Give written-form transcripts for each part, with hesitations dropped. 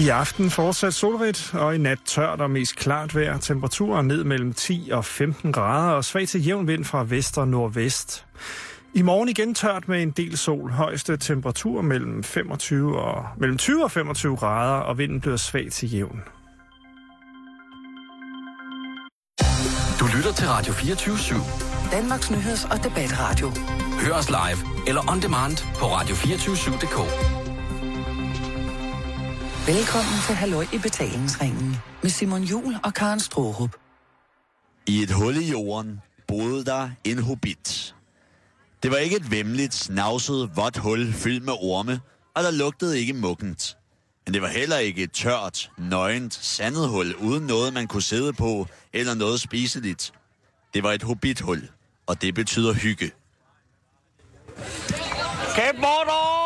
I aften fortsat solrigt, og i nat tørt og mest klart vejr. Temperaturer ned mellem 10 og 15 grader, og svag til jævn vind fra vest og nordvest. I morgen igen tørt med en del sol. Højeste temperatur mellem 20 og 25 grader, og vinden bliver svag til jævn. Du lytter til Radio 24/7. Danmarks nyheds- og debatradio. Hør os live eller on demand på radio247.dk. Velkommen til Halløj i betalingsringen med Simon Juhl og Karen Straarup. I et hul i jorden boede der en hobbit. Det var ikke et væmmeligt, snavset, vådt hul fyldt med orme, og der lugtede ikke muggent. Men det var heller ikke et tørt, nøgent, sandet hul uden noget, man kunne sidde på eller noget spiseligt. Det var et hobbithul, og det betyder hygge. Camp Mordor!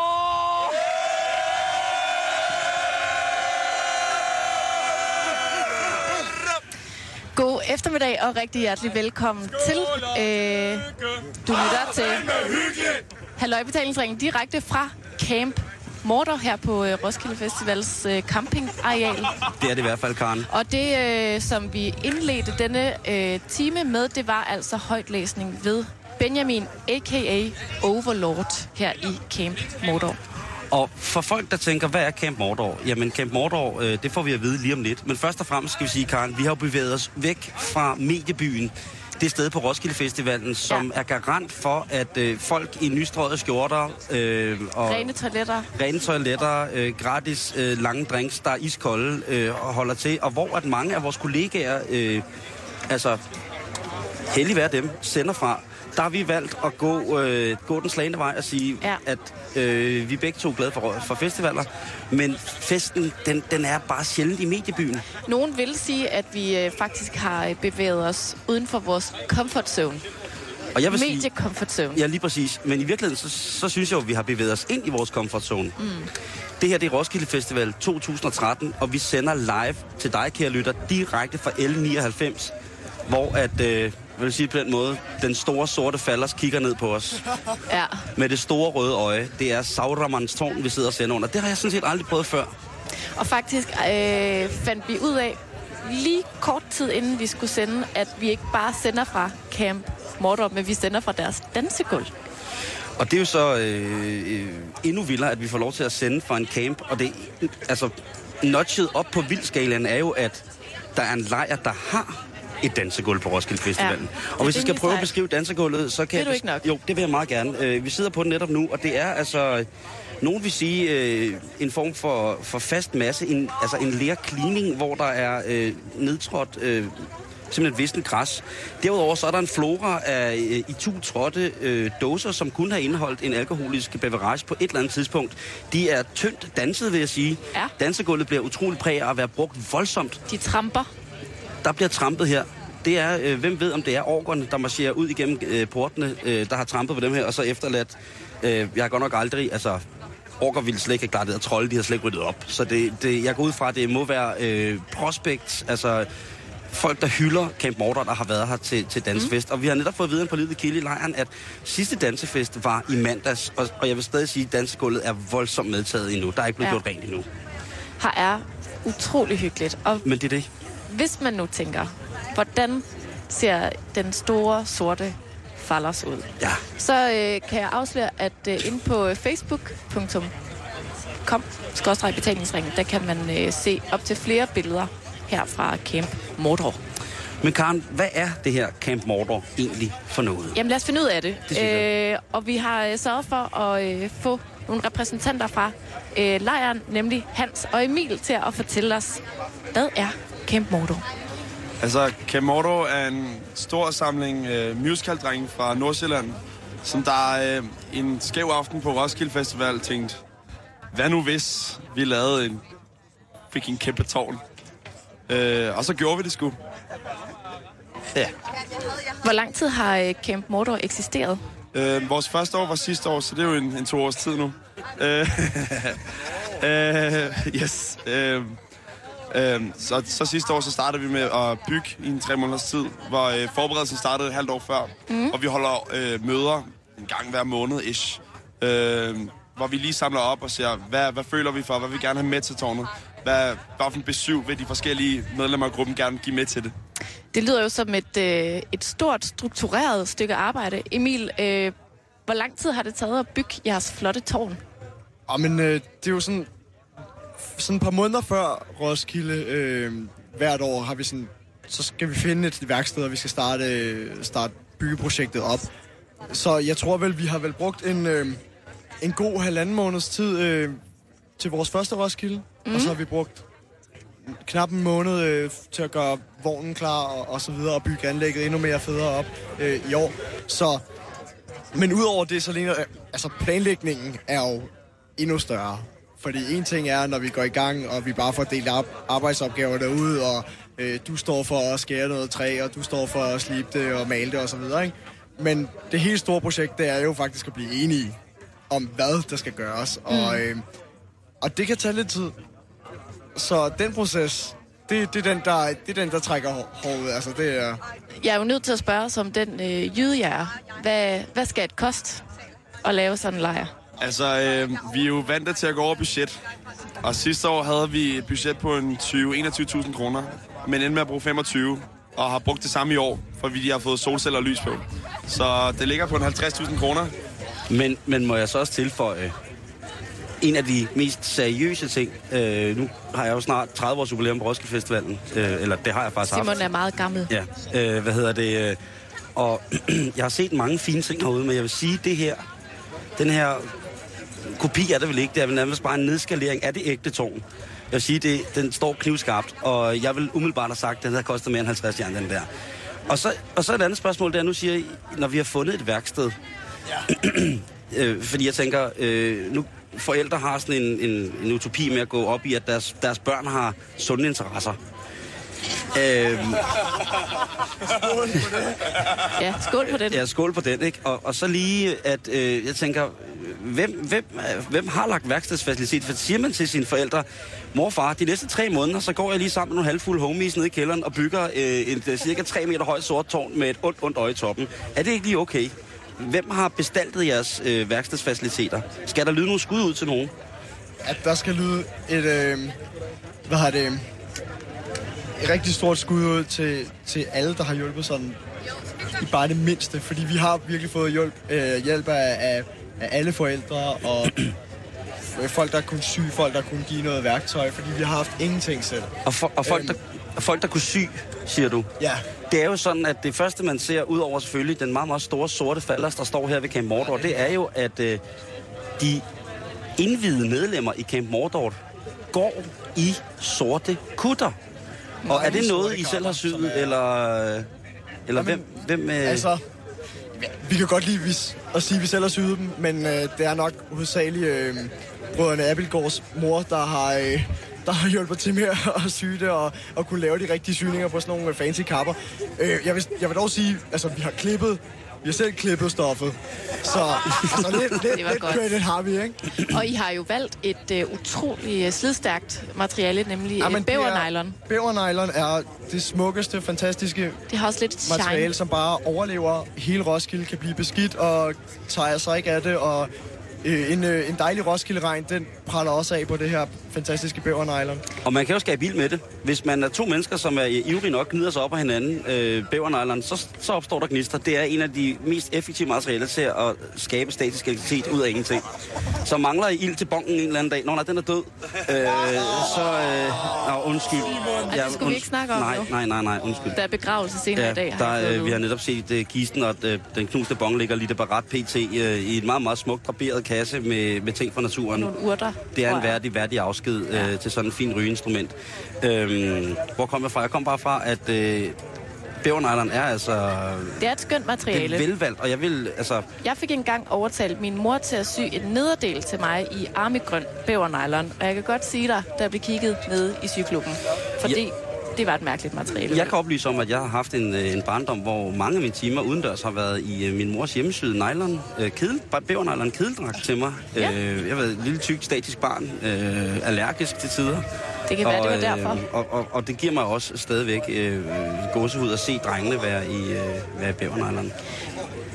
God eftermiddag og rigtig hjertelig velkommen til. Du lytter til Halløj Betalingsringen direkte fra Camp Mordor her på Roskilde Festivals campingareal. Det er det i hvert fald, Karen. Og det, som vi indledte denne time med, det var altså højtlæsning ved Benjamin, a.k.a. Overlord, her i Camp Mordor. Og for folk, der tænker, hvad er Camp Mordor? Jamen, Camp Mordor, det får vi at vide lige om lidt. Men først og fremmest skal vi sige, Karen, vi har jo bevæget os væk fra mediebyen. Det sted på Roskilde Festivalen, som er garant for, at folk i nystrøgede skjorter og rene toiletter, gratis lange drinks, der er iskolde holder til, og hvor at mange af vores kollegaer, heldig være dem, sender fra. Der har vi valgt at gå den slagende vej og sige, at vi er begge to glade for festivaler, men festen, den er bare sjældent i mediebyen. Nogen vil sige, at vi faktisk har bevæget os uden for vores comfort zone. Og jeg vil Medie-comfort zone. Ja, lige præcis. Men i virkeligheden, så synes jeg jo, at vi har bevæget os ind i vores comfort zone. Det her, det er Roskilde Festival 2013, og vi sender live til dig, kære lytter, direkte fra L99, hvor at... Jeg vil sige på den måde, den store sorte fallers kigger ned på os. Ja. Med det store røde øje. Det er Sauramans tårn, vi sidder og sender under. Det har jeg sådan set aldrig prøvet før. Og faktisk fandt vi ud af, lige kort tid inden vi skulle sende, at vi ikke bare sender fra Camp Mordor, men vi sender fra deres dansegulv. Og det er jo så endnu vildere, at vi får lov til at sende fra en camp. Og det, altså, notchet op på vildskalaen er jo, at der er en lejr, der har et dansegulv på Roskilde Festivalen. Ja, og hvis jeg skal prøve at beskrive dansegulvet, så kan jeg... Det ikke nok? Jo, det vil jeg meget gerne. Vi sidder på det netop nu, og det er altså... Nogen vil sige en form for fast masse, en lerklining, hvor der er nedtrådt simpelthen et vistent græs. Derudover så er der en flora af itu-trådte dåser, som kunne have indeholdt en alkoholisk beverage på et eller andet tidspunkt. De er tyndt danset, vil jeg sige. Ja. Dansegulvet bliver utroligt præget af at være brugt voldsomt. De tramper. Der bliver trampet her. Det er, hvem ved, om det er orkerne, der marcherer ud igennem portene, der har trampet på dem her, og så efterladt. Jeg har godt nok aldrig, orker ville slet ikke have klaret det, og trolde, de har slet ikke ryddet op. Så jeg går ud fra, at det må være prospect, folk, der hylder Camp Mordor, der har været her til dansefest. Og vi har netop fået viden på livet kilde i lejren, at sidste dansefest var i mandags, og jeg vil stadig sige, at dansegulvet er voldsomt medtaget endnu. Der er ikke blevet gjort rent endnu. Her er utrolig hyggeligt. Men det er det. Hvis man nu tænker, hvordan ser den store, sorte fallers ud? Ja. Så kan jeg afsløre, at inde på facebook.com/betalingsringen, der kan man se op til flere billeder her fra Camp Mordor. Men Karen, hvad er det her Camp Mordor egentlig for noget? Jamen lad os finde ud af det. Det og vi har sørget for at få nogle repræsentanter fra lejren, nemlig Hans og Emil, til at fortælle os, hvad er Camp Mordor? Camp Mordor er en stor samling musicaldrenge fra Nordsjælland, som der en skæv aften på Roskilde Festival tænkte, hvad nu hvis vi lavede en kæmpe tårn? Og så gjorde vi det sgu. Ja. Hvor lang tid har Camp Mordor eksisteret? Vores første år var sidste år, så det er jo en 2 års tid nu. Yes. Så sidste år så startede vi med at bygge i en 3 måneders tid, hvor forberedelsen startede et halvt år før. Og vi holder møder en gang hver måned-ish. hvor vi lige samler op og ser, hvad føler vi for, hvad vi gerne have med til tårnet. Hvad for en besøg vil de forskellige medlemmer af gruppen gerne give med til det? Det lyder jo som et stort, struktureret stykke arbejde. Emil, hvor lang tid har det taget at bygge jeres flotte tårn? Men det er jo sådan et par måneder før Roskilde hvert år har vi sådan, så skal vi finde et værksted, og vi skal starte byggeprojektet op. Så jeg tror vel, vi har vel brugt en god 1,5 måneds tid til vores første Roskilde, og så har vi brugt knap en måned til at gøre vognen klar og så videre, og bygge anlægget endnu mere federe op i år. Så, men udover det, så ligner altså planlægningen er jo endnu større. Fordi en ting er, når vi går i gang, og vi bare får delt arbejdsopgaver derude, og du står for at skære noget træ, og du står for at slibe det og male det og så videre, ikke? Men det helt store projekt, det er jo faktisk at blive enige om, hvad der skal gøres. Og det kan tage lidt tid. Så den proces, det er den, der trækker håret. Altså, det er... Jeg er jo nødt til at spørge som den jyde, jeg er. Hvad skal det koste at lave sådan en lejr? Altså, vi er jo vant til at gå over budget. Og sidste år havde vi et budget på en 20-21.000 kroner. Men endte med at bruge 25, og har brugt det samme i år, for vi har fået solceller og lys på. Så det ligger på en 50.000 kroner. Men må jeg så også tilføje, en af de mest seriøse ting, nu har jeg jo snart 30 års jubilæum på Roskilde Festivalen, eller det har jeg faktisk haft. Simon er meget gammel. Ja, og jeg har set mange fine ting herude, men jeg vil sige, den her kopi er det vel ikke, det er vel nærmest bare en nedskalering af det ægte tårn. Jeg vil sige, den står knivskarpt, og jeg vil umiddelbart have sagt, at den havde kostet mere end 50 jern, den der. Og så et andet spørgsmål, der nu siger I, når vi har fundet et værksted. Ja. Fordi jeg tænker, nu forældre har sådan en utopi med at gå op i, at deres børn har sunde interesser. Skål på det. Ja, skål på den. Ja, skål på den, ikke? Og så lige, at jeg tænker, hvem har lagt værkstedsfacilitet? For siger man til sine forældre, mor og far, de næste 3 måneder, så går jeg lige sammen med nogle halvfulde homies nede i kælderen og bygger et cirka 3 meter højt sort tårn med et ondt øje i toppen. Er det ikke lige okay? Hvem har bestaltet jeres værkstedsfaciliteter? Skal der lyde nogle skud ud til nogen? At der skal lyde et rigtig stort skud ud til alle, der har hjulpet sådan i bare det mindste. Fordi vi har virkelig fået hjælp af alle forældre og folk, der kunne sy, folk, der kunne give noget værktøj, fordi vi har haft ingenting selv. Og folk, der kunne sy, siger du? Ja. Det er jo sådan, at det første, man ser, ud over selvfølgelig den meget, meget store sorte falders, der står her ved Camp Mordor, det er jo, at de indvidede medlemmer i Camp Mordor går i sorte kutter. Og er det noget, I selv har syet, eller hvem Altså, vi kan godt lide at sige, at vi selv har syet dem, men det er nok hovedsageligt brødrene Abildgaards mor, der har hjulpet til med at sy det og kunne lave de rigtige syninger på sådan nogle fancy kapper. Jeg vil dog sige, altså vi har selv klippet stoffet, så altså, lidt credit har vi, ikke? Og I har jo valgt et utroligt slidstærkt materiale, nemlig bævernylon. Bævernylon er det smukkeste, fantastiske det har også lidt materiale, shine, som bare overlever hele Roskilde, kan blive beskidt og tager sig ikke af det, og en dejlig Roskilde-regn, den praller også af på det her fantastiske bævernylon. Og man kan jo skabe ild med det. Hvis man er 2 mennesker, som er ivrige nok, gnider sig op af hinanden, bævernylon, så opstår der gnister. Det er en af de mest effektive materialer til at skabe statisk elektricitet ud af ingenting. Så mangler I ild til bongen en eller anden dag. Nå, nej, den er død. Undskyld. Det skulle vi ikke snakke om nu. Nej, undskyld. Der er begravelse senere i dag. Vi har netop set kisten, og den knuste bong ligger lige der bare ret pt. I et meget, meget smukt draperet kasse med ting fra naturen. Nogle urter. Det er en værdig afsked til sådan en fin rygeinstrument. Hvor kom jeg fra? Jeg kom bare fra, at bævernylon er altså... Det er et skønt materiale. Det er velvalgt, og jeg vil altså... Jeg fik engang overtalt min mor til at sy en nederdel til mig i armigrøn bævernylon, og jeg kan godt sige dig, der blev kigget nede i syklubben, fordi det var et mærkeligt materiale. Jeg kan oplyse om, at jeg har haft en barndom, hvor mange af mine timer udendørs har været i min mors hjemmesyde nylon, bævernylon kedeldragt til mig. Ja. Jeg har været et lille tyk statisk barn, allergisk til tider. Det kan være, det var derfor. Og det giver mig også stadigvæk gåsehud at se drengene være i bævernylon.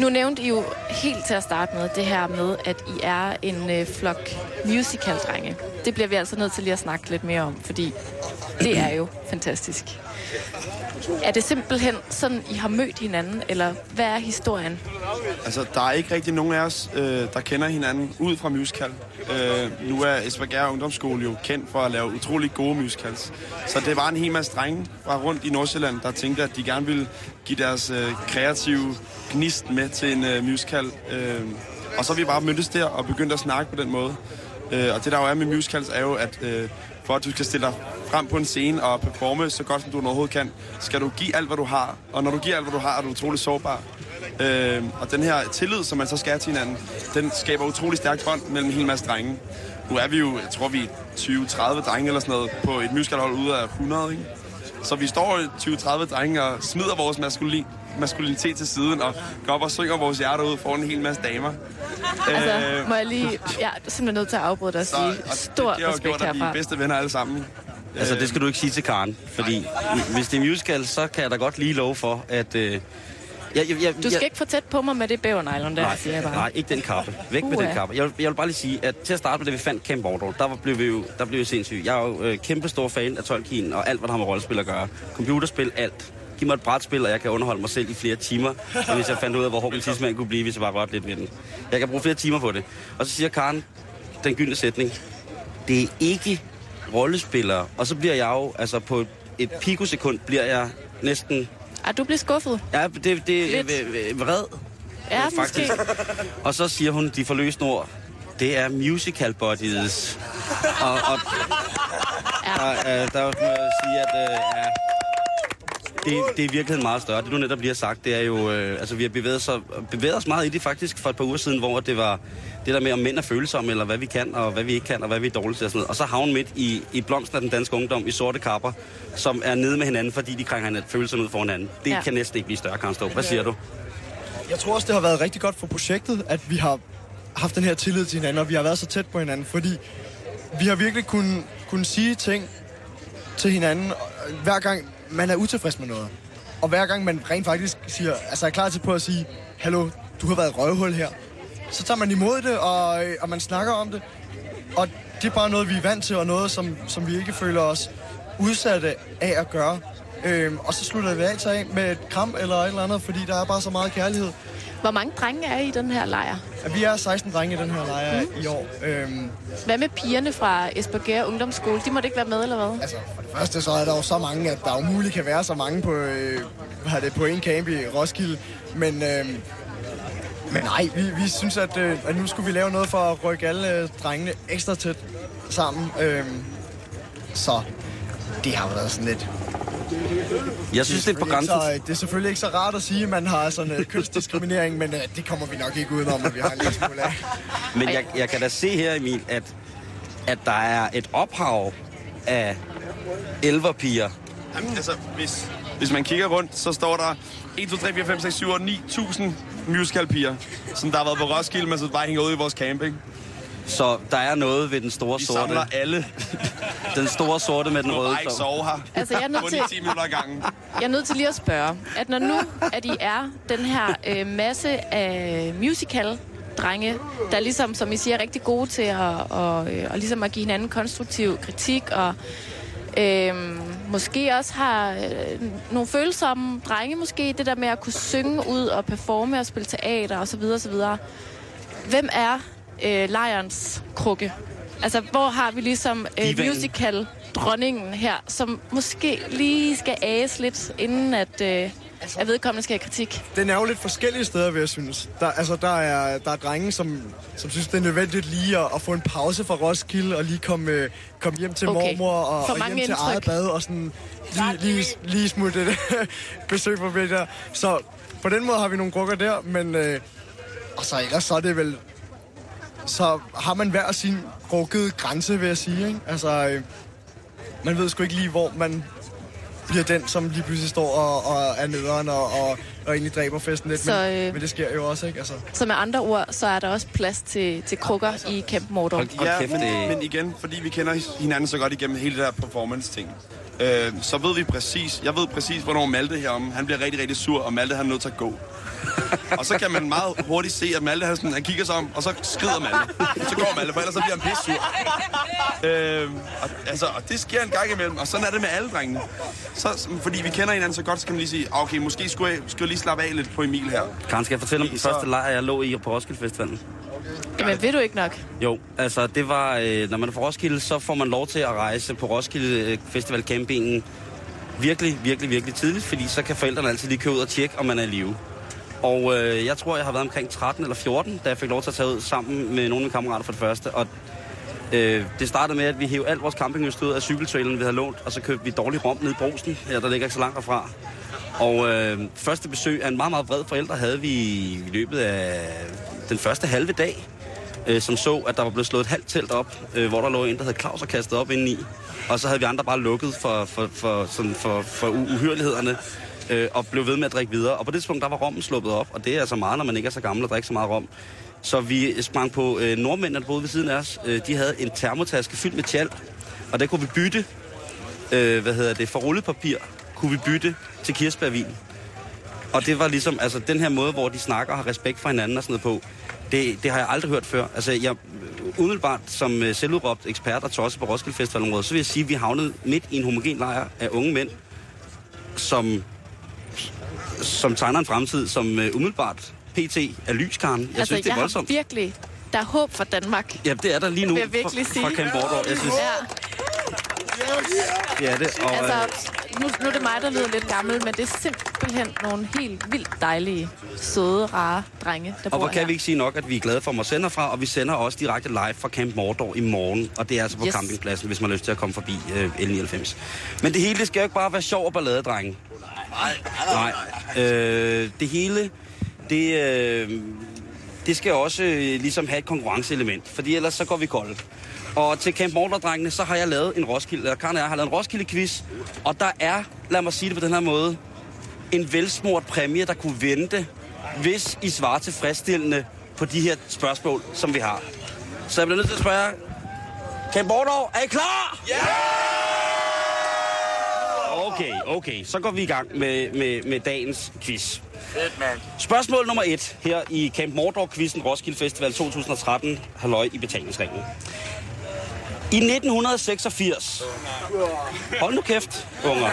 Nu nævnte I jo helt til at starte med det her med, at I er en flok musical-drenge. Det bliver vi altså nødt til lige at snakke lidt mere om, fordi det er jo fantastisk. Er det simpelthen sådan, I har mødt hinanden, eller hvad er historien? Altså, der er ikke rigtig nogen af os, der kender hinanden ud fra musical. Nu er Esbjerg Ungdomsskole jo kendt for at lave utrolig gode musicals. Så det var en hel masse drenge fra rundt i Nordsjælland, der tænkte, at de gerne ville give deres kreative gnist med til en musical. Og så har vi bare mødtes der og begyndt at snakke på den måde. Og det der jo er med musicals er jo, at for at du skal stille dig frem på en scene og performe så godt som du overhovedet kan, skal du give alt, hvad du har. Og når du giver alt, hvad du har, er du utrolig sårbar. Og den her tillid, som man så skal til hinanden, den skaber utrolig stærkt bånd mellem en hel masse drenge. Nu er vi jo, jeg tror vi er 20-30 drenge eller sådan noget på et musicalhold ude af 100, ikke? Så vi står 20-30 drenge og smider vores maskulinitet til siden og går op og synger vores hjerter ud foran en hel masse damer. Altså, må jeg lige... Jeg er simpelthen nødt til at afbryde dig og sige stor respekt herfra. Det har gjort, at vi er bedste venner alle sammen. Altså, det skal du ikke sige til Karen, fordi hvis det er musical, så kan jeg da godt lige love for, at... Du skal ikke få tæt på mig med det bævernylon der, siger jeg bare. Nej, ikke den kappe. Væk med den kappe. Jeg vil bare lige sige, at til at starte med det, vi fandt Camp Mordor, der blev vi sindssygt. Jeg er jo kæmpe stor fan af Tolkien og alt, hvad der har med rollespil at gøre. Computerspil, alt. Giv mig et brætspil, og jeg kan underholde mig selv i flere timer, hvis jeg fandt ud af, hvor hård min tidsmand kunne blive, hvis jeg bare rørte lidt ved den. Jeg kan bruge flere timer på det. Og så siger Karen den gyldne sætning. Det er ikke rollespillere. Og så bliver jeg jo, altså på et pikosekund, bliver jeg næsten... Du bliver skuffet? Ja, det er vred. Ja, faktisk. Og så siger hun de forløsende ord. Det er musical bodies. Og der må jeg sige, at det er virkelig meget større. Det du netop lige har sagt, det er jo... altså, vi har bevæget os meget i det faktisk for et par uger siden, hvor det var det der med, om mænd er følsomme, eller hvad vi kan, og hvad vi ikke kan, og hvad vi er dårlige til. Og, sådan noget. Og så havner midt i blomsten af den danske ungdom, i sorte kapper, som er nede med hinanden, fordi de krænger hinanden følelser ud for hinanden. Det kan næsten ikke blive større, Karen Stå. Hvad siger du? Jeg tror også, det har været rigtig godt for projektet, at vi har haft den her tillid til hinanden, og vi har været så tæt på hinanden, fordi vi har virkelig kunnet sige ting til hinanden, hver gang man er utilfreds med noget. Og hver gang man rent faktisk siger, altså er klar til på at sige, hallo, du har været et røvhul her. Så tager man imod det, og man snakker om det. Og det er bare noget, vi er vant til, og noget, som vi ikke føler os udsatte af at gøre. Og så slutter vi altid af med et kram eller et eller andet, fordi der er bare så meget kærlighed. Hvor mange drenge er i den her lejr? Ja, vi er 16 drenge i den her lejr i år. Hvad med pigerne fra Esbjerg Ungdomsskole? De måtte ikke være med, eller hvad? Altså, for det første så er der jo så mange, at der umuligt kan være så mange på en camp i Roskilde. Men nej, vi synes, at nu skulle vi lave noget for at rykke alle drengene ekstra tæt sammen. Så det har jo været sådan lidt... Jeg synes, det er på grænsen. Det er selvfølgelig ikke så rart at sige, at man har sådan en kønsdiskriminering, men det kommer vi nok ikke udenom, at vi har en lille smule af. Men jeg kan da se her, Emil, at der er et ophav af elverpiger. Jamen, altså, hvis man kigger rundt, så står der 1, 2, 3, 4, 5, 6, 7, 8, 9.000 musicalpiger, som der har været på Roskilde, men så bare hænger ude i vores camping. Så der er noget ved den store Vi sorte. Vi samler alle. Den store sorte med den røde. Du må ikke sove her. Altså, jeg er nødt til 10 minutter ad gangen. Jeg er nødt til lige at spørge, at når nu, at I er den her masse af musical-drenge, der ligesom, som I siger, er rigtig gode til at ligesom at give hinanden konstruktiv kritik, og måske også har nogle følsomme drenge, måske det der med at kunne synge ud og performe og spille teater og så videre, og så videre. Hvem er lejrens krukke? Altså, hvor har vi ligesom musical-dronningen her, som måske lige skal ase lidt, inden at vedkommende skal have kritik? Den er jo lidt forskellige steder, vil jeg synes. Der er drenge, som synes, det er nødvendigt lige at få en pause fra Roskilde, og lige komme hjem til mormor og hjem til eget bad, og sådan lige smutte et besøg på det der. Så på den måde har vi nogle krukker der, men og så ellers så er det vel... Så har man hver sin rukkede grænse, vil jeg sige, ikke? Altså, man ved sgu ikke lige, hvor man bliver den, som lige pludselig står og er nederen og egentlig dræber festen lidt. Men det sker jo også, ikke? Altså. Så med andre ord, så er der også plads til krukker i Camp Mordor. Ja, men igen, fordi vi kender hinanden så godt igennem hele det der performance-ting. så ved vi præcis, jeg ved præcis, hvornår Malte heromme, han bliver rigtig, rigtig sur, og Malte han er nødt til at gå. Og så kan man meget hurtigt se, at Malte han kigger sig om, og så skrider Malte. Så går Malte, for ellers så bliver han pisse sur. Og det sker en gang imellem, og sådan er det med alle drengene. Så, fordi vi kender hinanden så godt, så kan man lige sige, okay, måske skulle jeg lige slappe af lidt på Emil her. Karen, skal jeg fortælle om den første lejr, jeg lå i på Roskilde Festivalen? Jamen, ved du ikke nok? Jo, altså det var, når man er fra Roskilde, så får man lov til at rejse på Roskilde Festival campingen virkelig tidligt, fordi så kan forældrene altid lige køre ud og tjekke, om man er i live. Og jeg tror, jeg har været omkring 13 eller 14, da jeg fik lov til at tage ud sammen med nogle af mine kammerater for det første. Og det startede med, at vi hævde alt vores campingudstyr ud af cykeltraileren, vi havde lånt, og så købte vi dårlig rom ned i Brugsen, der ligger ikke så langt derfra. Og første besøg af en meget, meget vred forældre havde vi i løbet af den første halve dag, som så, at der var blevet slået et halvt telt op, hvor der lå en, der hed Claus og kastet op indeni. Og så havde vi andre bare lukket for uhyrlighederne og blev ved med at drikke videre. Og på det tidspunkt, der var rommen sluppet op, og det er altså meget, når man ikke er så gammel og drikker så meget rom. Så vi sprang på nordmændene, der boede ved siden af os. De havde en termotaske fyldt med tjal, og der kunne vi bytte, for rullepapir, kunne vi bytte til kirsebærvin. Og det var ligesom, altså den her måde, hvor de snakker og har respekt for hinanden og sådan noget på, det har jeg aldrig hørt før. Altså jeg, umiddelbart som selvudråbt ekspert og tosset på Roskilde Festivalområdet, så vil jeg sige, at vi havnede midt i en homogen lejr af unge mænd, som tegner en fremtid, som umiddelbart PT er lyskaren. Jeg synes, det er voldsomt. Har virkelig, der er håb for Danmark. Ja, det er der lige nu fra Camp Mordor. Jeg synes, ja. Det er det. Og, altså, nu er det mig, der lyder lidt gammel, men det er simpelthen nogle helt vildt dejlige, søde, rare drenge, der bor her. Og hvor kan vi ikke sige nok, at vi er glade for at sende fra, og vi sender også direkte live fra Camp Mordor i morgen, og det er altså på campingpladsen, hvis man har lyst til at komme forbi L99. Men det hele, det skal jo ikke bare være sjov og ballade, drenge. Nej. Det hele, det skal også ligesom have et konkurrenceelement, fordi ellers så går vi koldt. Og til Camp Mordor-drengene, så har jeg lavet en Roskilde-quiz, og der er, lad mig sige det på den her måde, en velsmurt præmie, der kunne vente, hvis I svarer tilfredsstillende på de her spørgsmål, som vi har. Så jeg bliver nødt til at spørge, Camp Mordor, er I klar? Ja! Okay, så går vi i gang med dagens quiz. Spørgsmål nummer 1 her i Camp Mordor-quizzen Roskilde Festival 2013, halløj i betalingsringen. I 1986... Hold nu kæft, unger.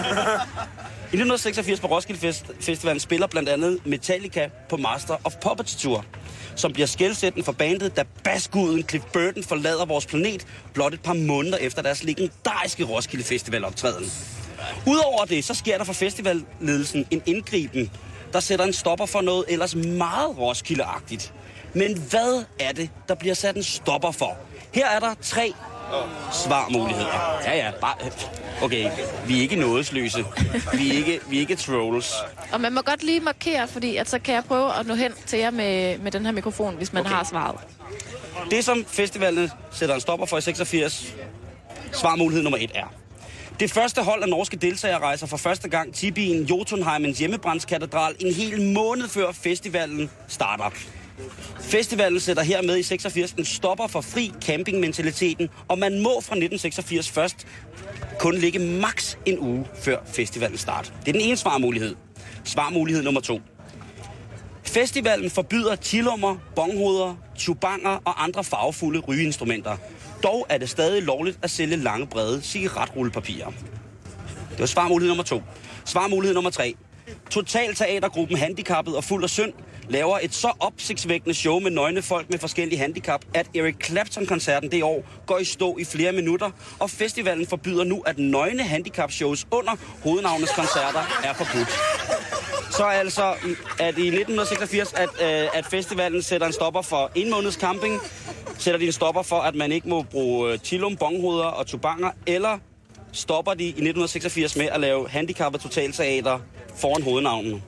I 1986 på Roskilde Festivalen spiller blandt andet Metallica på Master of Puppets Tour, som bliver skelsættende for bandet, da basguden Cliff Burton forlader vores planet blot et par måneder efter deres legendariske Roskilde Festival-optræden. Udover det, så sker der for festivalledelsen en indgriben, der sætter en stopper for noget ellers meget Roskilde-agtigt. Men hvad er det, der bliver sat en stopper for? Her er der 3 svarmuligheder. Ja, bare... Okay, vi er ikke nådesløse. Vi er ikke trolls. Og man må godt lige markere, fordi at så kan jeg prøve at nå hen til jer med den her mikrofon, hvis man har svaret. Det, som festivalen sætter en stopper for i 86, svarmulighed nummer 1 er: det første hold af norske deltagere rejser for første gang til byen Jotunheimens hjemmebrandskatedral en hel måned før festivalen starter. Festivalen sætter hermed i 86 en stopper for fri campingmentaliteten, og man må fra 1986 først kun ligge maks en uge før festivalen starter. Det er den ene svarmulighed. Svarmulighed nummer 2. Festivalen forbyder chilummer, bonghoveder, chubanger og andre farvefulde rygeinstrumenter. Dog er det stadig lovligt at sælge lange, brede cigaretrullepapirer. Det var svarmulighed nummer 2. Svarmulighed nummer 3. Totalteatergruppen Handicappet og Fuld af Synd laver et så opsigtsvækkende show med nøgne folk med forskellige handicap, at Eric Clapton-koncerten det år går i stå i flere minutter, og festivalen forbyder nu, at nøgne handicap-shows under hovednavnets koncerter er forbudt. Så altså, at i 1986, at festivalen sætter en stopper for 1 måneds camping, sætter de en stopper for, at man ikke må bruge chilum, bonghoveder og tubanger, eller stopper de i 1986 med at lave handicappet totalteater foran hovednavnene.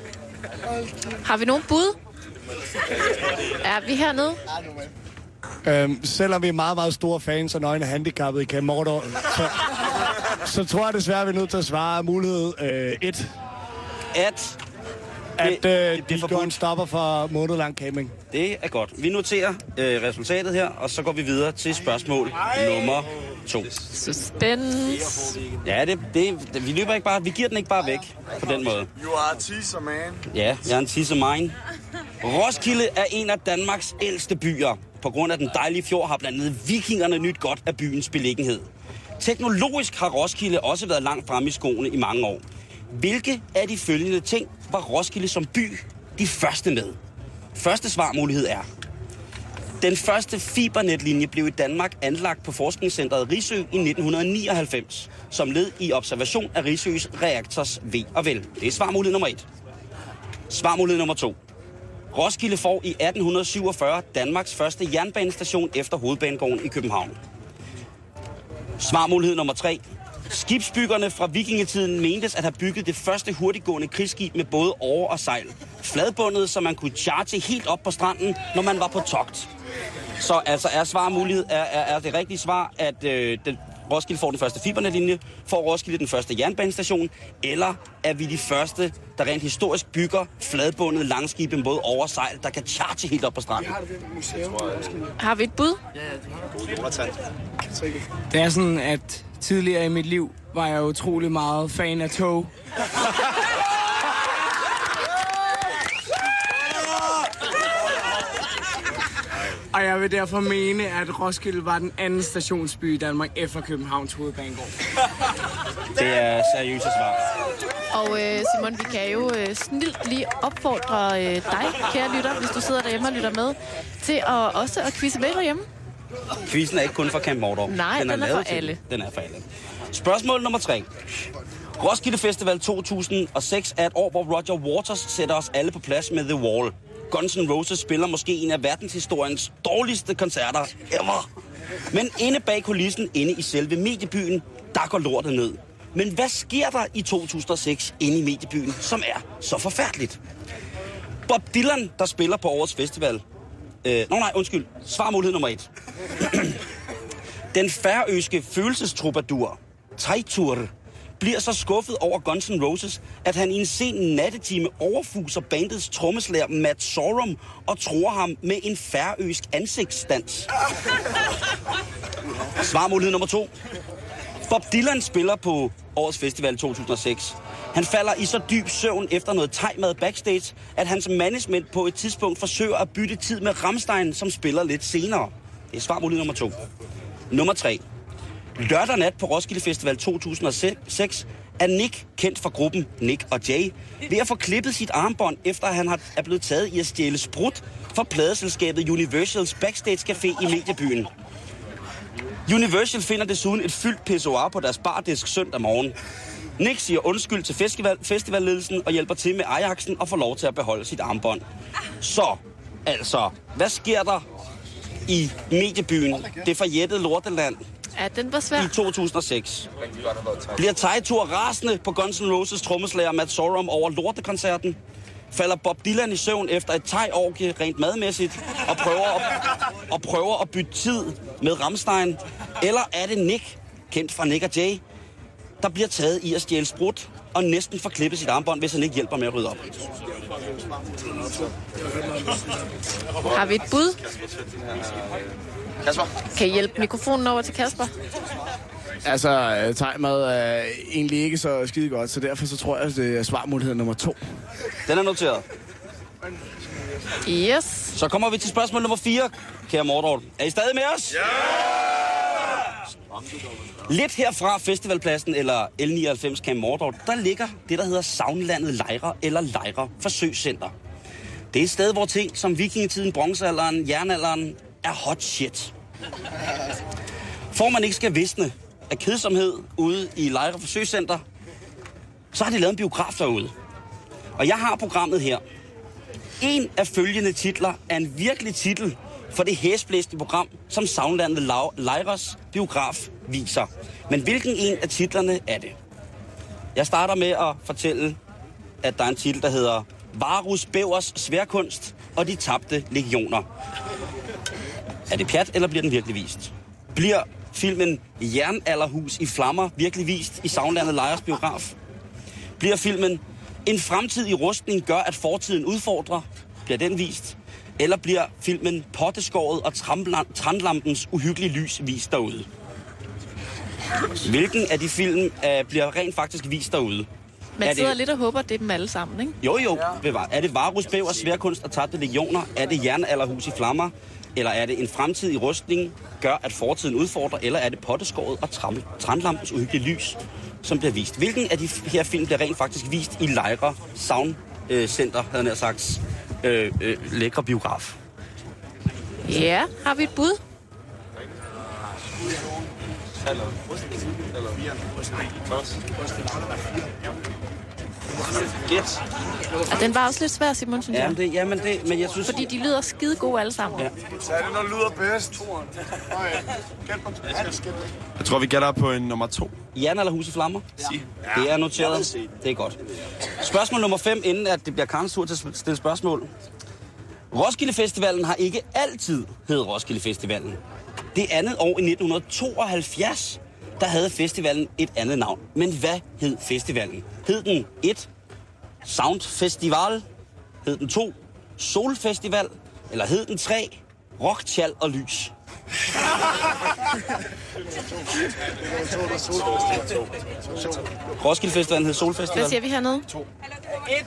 Har vi nogen bud? Er vi hernede? Selvom vi er meget, meget store fans af nøgne handicappet i Camp Mordor, så tror jeg desværre, vi er nødt til at svare mulighed 1. At At de går en stopper for månedlang camping. Det er godt. Vi noterer resultatet her, og så går vi videre til spørgsmål nummer 2. Suspense. Ja, vi løber ikke bare, vi giver den ikke bare væk på den måde. You are a teaser, man. Ja, jeg er en teaser mine. Roskilde er en af Danmarks ældste byer. På grund af den dejlige fjord har blandt andet vikingerne nyt godt af byens beliggenhed. Teknologisk har Roskilde også været langt fremme i skoene i mange år. Hvilke af de følgende ting var Roskilde som by de første med? Første svarmulighed er: den første fibernetlinje blev i Danmark anlagt på forskningscentret Risø i 1999, som led i observation af Risøs reaktors ve og vel. Det er svarmulighed nummer 1. Svarmulighed nummer 2. Roskilde får i 1847 Danmarks første jernbanestation efter Hovedbanegården i København. Svarmulighed nummer 3. Skibsbyggerne fra vikingetiden mentes at have bygget det første hurtiggående krigsskib med både åre og sejl. Fladbundet, så man kunne charge helt op på stranden, når man var på togt. Så altså er svarmulighed er det rigtige svar, at Roskilde får den første fibernetlinje, får Roskilde den første jernbanestation, eller er vi de første, der rent historisk bygger fladbundet langskibe med både over og sejl, der kan charge helt op på stranden? Har vi et bud? Det er sådan, at tidligere i mit liv var jeg utrolig meget fan af tog. Og jeg vil derfor mene, at Roskilde var den anden stationsby i Danmark efter Københavns Hovedbanegård. Det er seriøse svar. Og Simon, vi kan jo snilt lige opfordre dig, kære lytter, hvis du sidder derhjemme og lytter med, til at også at quizze med derhjemme. Quizzen er ikke kun for Camp Mordor. Nej, den er for alle. Den er for alle. Spørgsmål nummer 3. Roskilde Festival 2006 er et år, hvor Roger Waters sætter os alle på plads med The Wall. Guns N' Roses spiller måske en af verdenshistoriens dårligste koncerter ever. Men inde bag kulissen, inde i selve mediebyen, der går lortet ned. Men hvad sker der i 2006 inde i mediebyen, som er så forfærdeligt? Bob Dylan, der spiller på årets festival. Svarmulighed nummer 1. Den færøske følelsestrubadur, Teitur, bliver så skuffet over Guns N' Roses, at han i en sen nattetime overfuser bandets trommeslager Matt Sorum og tror ham med en færøsk ansigtsdans. Svarmulighed nummer 2. Bob Dylan spiller på årets festival 2006. Han falder i så dyb søvn efter noget thai-mad backstage, at hans management på et tidspunkt forsøger at bytte tid med Rammstein, som spiller lidt senere. Det er svarmulighed nummer 2. Nummer 3. Lørdag nat på Roskilde Festival 2006 er Nick, kendt fra gruppen Nick og Jay, ved at få klippet sit armbånd, efter at han er blevet taget i at stjæle sprut fra pladeselskabet Universals backstage café i mediebyen. Universal finder desuden et fyldt pissoir på deres bardisk søndag morgen. Nick siger undskyld til festivalledelsen og hjælper til med Ajaxen og får lov til at beholde sit armbånd. Så, altså, hvad sker der i mediebyen, det forjættede lorteland, Ja, den var svær. i 2006? Bliver Teitur rasende på Guns N' Roses trommeslager Matt Sorum over lortekoncerten? Falder Bob Dylan i søvn efter et thai-orgie rent madmæssigt og prøver at bytte tid med Rammstein? Eller er det Nick, kendt fra Nick og Jay, der bliver taget i at stjæle sprut og næsten får klippet sit armbånd, hvis han ikke hjælper med at rydde op? Har vi et bud? Kasper? Kan I hjælpe mikrofonen over til Kasper? Altså, thai-mad er egentlig ikke så skide godt, så derfor så tror jeg, at det er svarmulighed nummer 2. Den er noteret. Yes. Så kommer vi til spørgsmål nummer 4, kære Mordor. Er I stadig med os? Ja! Lidt herfra festivalpladsen, eller L99 Camp Mordor, der ligger det, der hedder Sagnlandet Lejre, eller Lejre Forsøgscenter. Det er et sted, hvor ting som vikingetiden, bronzealderen, jernalderen er hot shit. For man ikke skal visne af kedsomhed ude i Lejre Forsøgscenter, så har de lavet en biograf derude. Og jeg har programmet her. En af følgende titler er en virkelig titel for det hæsblæsende program, som Sagnlandet Lejres biograf viser. Men hvilken en af titlerne er det? Jeg starter med at fortælle, at der er en titel, der hedder Varus Bævers Sværkunst og de tabte legioner. Er det pjat, eller bliver den virkelig vist? Bliver filmen Jernalderhus i flammer virkelig vist i Sagnlandet Lejres biograf? Bliver filmen En fremtidig rustning gør, at fortiden udfordrer. Bliver den vist? Eller bliver filmen Potteskåret og Trandlampens uhyggelige lys vist derude? Hvilken af de film bliver rent faktisk vist derude? Man sidder lidt og håber, det er dem alle sammen, ikke? Jo. Er det Varus, Bæver, Sværkunst og Tabte Legioner? Er det Jernalderhus i flammer? Eller er det en fremtidig rustning gør, at fortiden udfordrer? Eller er det Potteskåret og Trandlampens uhyggelige lys, som bliver vist? Hvilken af de her film bliver rent faktisk vist i Lejre Sound Center, havde jeg sagt, lækre biograf? Ja, har vi et bud? Og den var også lidt svær, Simon, synes jeg. Men jeg synes... Fordi de lyder skide gode alle sammen. Ja. Så er det, når lyder bedst. Jeg tror, vi gætter på en nummer 2. Jernalderhus i flammer? Ja. Det er noteret. Det er godt. Spørgsmål nummer 5, inden at det bliver Karens tur til at stille spørgsmål. Roskilde Festivalen har ikke altid heddet Roskilde Festivalen. Det andet år i 1972, der havde festivalen et andet navn. Men hvad hed festivalen? Hed den 1. Sound Festival? Hed den 2. Solfestival? Eller hed den 3. Rock, tjal og lys? Roskilde Festivalen hed Solfestival. Hvad siger vi hernede? 2. 1.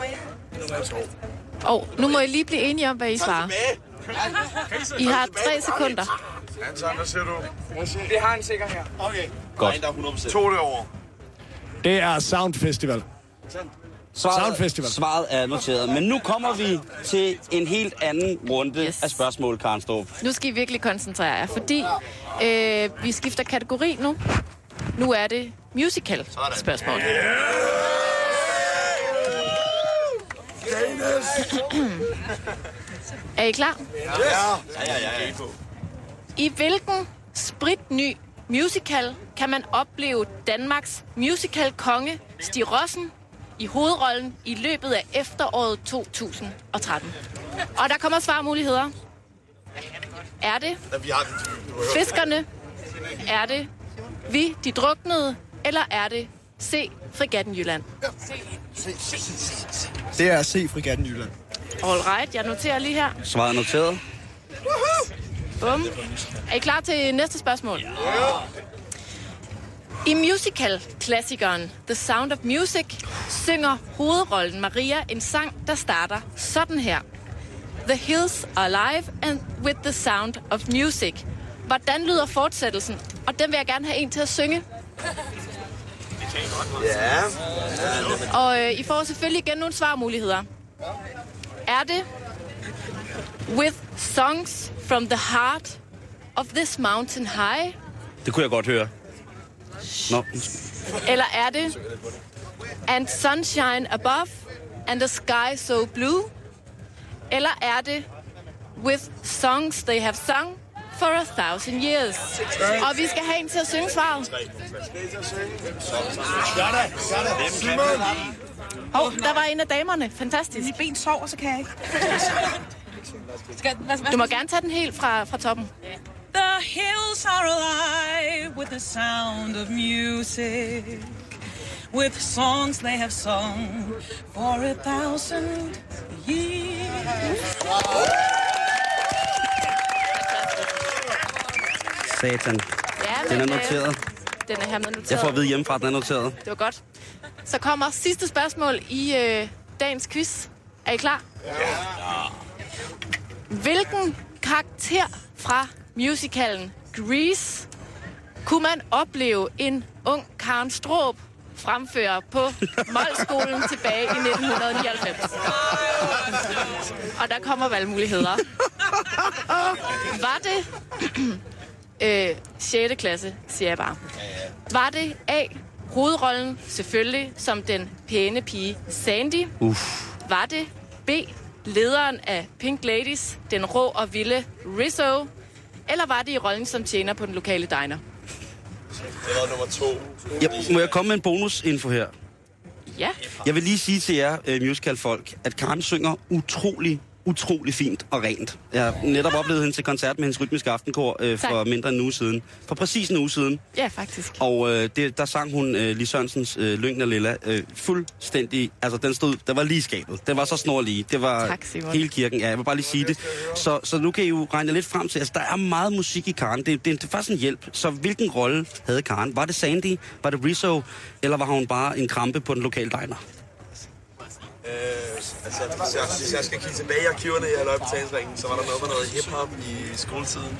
Og nu må I lige blive enige om, hvad I svarer. I har 3 sekunder. Anton, hvad siger du? Det har en sikker her. Okay. Godt. 2 derovre. Det er Sound Festival. Svaret er noteret. Men nu kommer vi til en helt anden runde af spørgsmål, Karen Storp. Nu skal I virkelig koncentrere jer, fordi vi skifter kategori nu. Nu er det musical-spørgsmål. Er I klar? Ja. I hvilken spritny musical kan man opleve Danmarks musical-konge Stig Rossen i hovedrollen i løbet af efteråret 2013? Og der kommer svarmuligheder. Er det Fiskerne? Er det Vi, de druknede? Eller er det C, Fregatten Jylland? Det er C, Fregatten Jylland. All right, jeg noterer lige her. Svaret er noteret. Bum. Er I klar til næste spørgsmål? Ja. I musical-klassikeren The Sound of Music synger hovedrollen Maria en sang, der starter sådan her. The hills are alive and with the sound of music. Hvordan lyder fortsættelsen? Og den vil jeg gerne have en til at synge. Ja. Og I får selvfølgelig igen nogle svarmuligheder. Er det With songs from the heart of this mountain high? Det kunne jeg godt høre. Nå. Eller er det And sunshine above and the sky so blue? Eller er det With songs they have sung for 1,000 years? Og vi skal have en til at synge svaret. Der var en af damerne. Fantastisk. Mit ben sover, så kan jeg ikke. Du må gerne tage den helt fra toppen. The hills are alive with the sound of music, with songs they have sung for 1,000 years. Satan. Ja, den er noteret. Den er hermed noteret. Jeg får at vide hjemmefra, at den er noteret. Det var godt. Så kommer sidste spørgsmål i dagens quiz. Er I klar? Ja. Hvilken karakter fra musicalen Grease kunne man opleve en ung Karen Straarup fremføre på Molskolen tilbage i 1999? Og der kommer valgmuligheder. Var det 6. klasse, siger jeg bare. Var det A, hovedrollen selvfølgelig som den pæne pige Sandy? Var det B, lederen af Pink Ladies, den rå og vilde Rizzo? Eller var det i rollen som tjener på den lokale diner? Det var nummer 2. Må jeg komme med en bonusinfo her? Ja. Jeg vil lige sige til jer, musicalfolk, at Karen synger utrolig utrolig fint og rent. Jeg har netop oplevet hende til koncert med hendes rytmiske aftenkor for mindre end en uge siden. For præcis en uge siden. Ja, faktisk. Og der sang hun Lis Sørensens Lyngen og Lilla fuldstændig... Altså, den var lige skabet. Den var så snorlige. Det var tak, hele kirken. Ja, jeg vil bare lige sige det. Så nu kan I jo regne lidt frem til... Altså, der er meget musik i Karen. Det er faktisk en hjælp. Så hvilken rolle havde Karen? Var det Sandy? Var det Rizzo? Eller var hun bare en krampe på den lokale diner? Hvis jeg skal kigge tilbage i arkiverne i Halløj-betalingsringen, så var der noget hip-hop i skoletiden.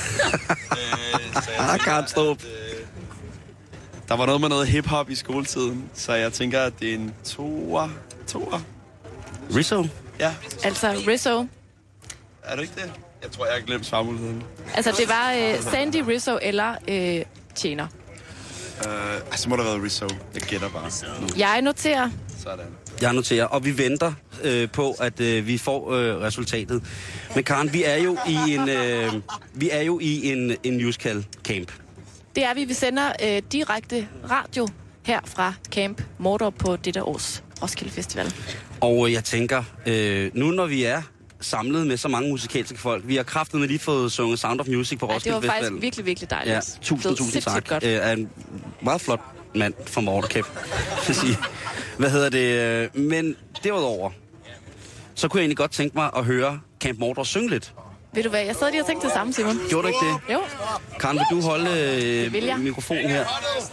Der var noget hip-hop i skoletiden, så jeg tænker, at det er en toer. Rizzo? Ja. Altså Rizzo. Er du ikke det? Jeg tror, jeg har glemt svarmuligheden. Altså, det var Sandy, Rizzo eller Tjener. Altså, må der have været Rizzo. Jeg gætter bare. Jeg noterer. Sådan. Jeg noterer, og vi venter på, at vi får resultatet. Men Karen, vi er jo i en musical camp. Det er vi. Vi sender direkte radio her fra Camp Mordor på dette års Roskilde Festival. Og jeg tænker, nu når vi er samlet med så mange musikalske folk, vi har kraftedeme lige fået sunget Sound of Music på Roskilde Festival. Det var faktisk virkelig, virkelig dejligt. Ja, tusind tak. Er en meget flot mand fra Mordor Camp, vil sige. Hvad hedder det? Men derudover, så kunne jeg egentlig godt tænke mig at høre Camp Mordor synge lidt. Ved du hvad, jeg sad lige og tænkte det samme, Simon. Gjorde du ikke det? Jo. Karen, vil du holde mikrofonen her?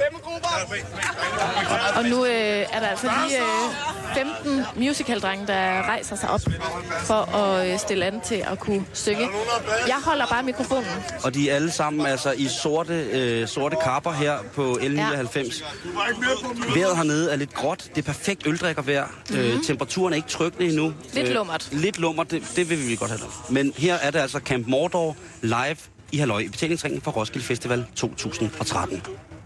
Og nu er der altså lige 15 musicaldrenge, der rejser sig op for at stille an til at kunne synge. Jeg holder bare mikrofonen. Og de er alle sammen altså i sorte kapper her på L99. Ja. Vejret hernede er lidt gråt. Det er perfekt øldrikkervejr. Temperaturen er ikke trykkende endnu. Lidt lummert. Det vil vi godt have. Men her er det altså Camp Mordor live i Halløj i betalingsringen for Roskilde Festival 2013.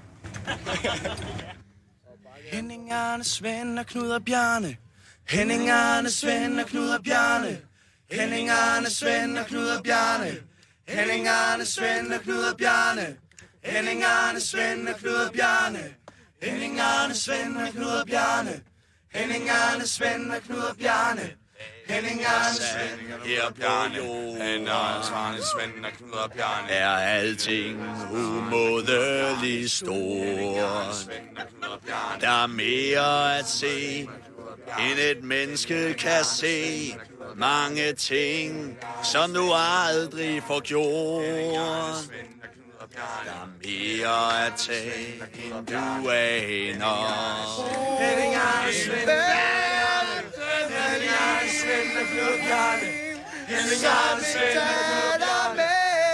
Henning, Arne, Svend og Knud og Bjarne. Henning, Arne, Svend og Knud og Bjarne. Henning, Arne, Svend og Knud og Bjarne. Henning, Arne, Svend og Knud og Bjarne. Henning, Arne, Svend og Knud og Bjarne. Henning, Arne, Svend og Knud og Bjarne. Henning, Arne, Svend og Knud og Bjarne. Henning, Arne, Svend og Bjarne. Henning, Arne, Svend og Knud og Bjarne. Er alting umådeligt stort. Der er mere at se, end et menneske kan se. Mange ting, som du aldrig får gjort. Der er mere at tage, end du aner. Henning, Arne, Svend og Henning, Arne, Svend og Knud og Bjarne. Henning, Arne, Svend og Knud og Bjarne.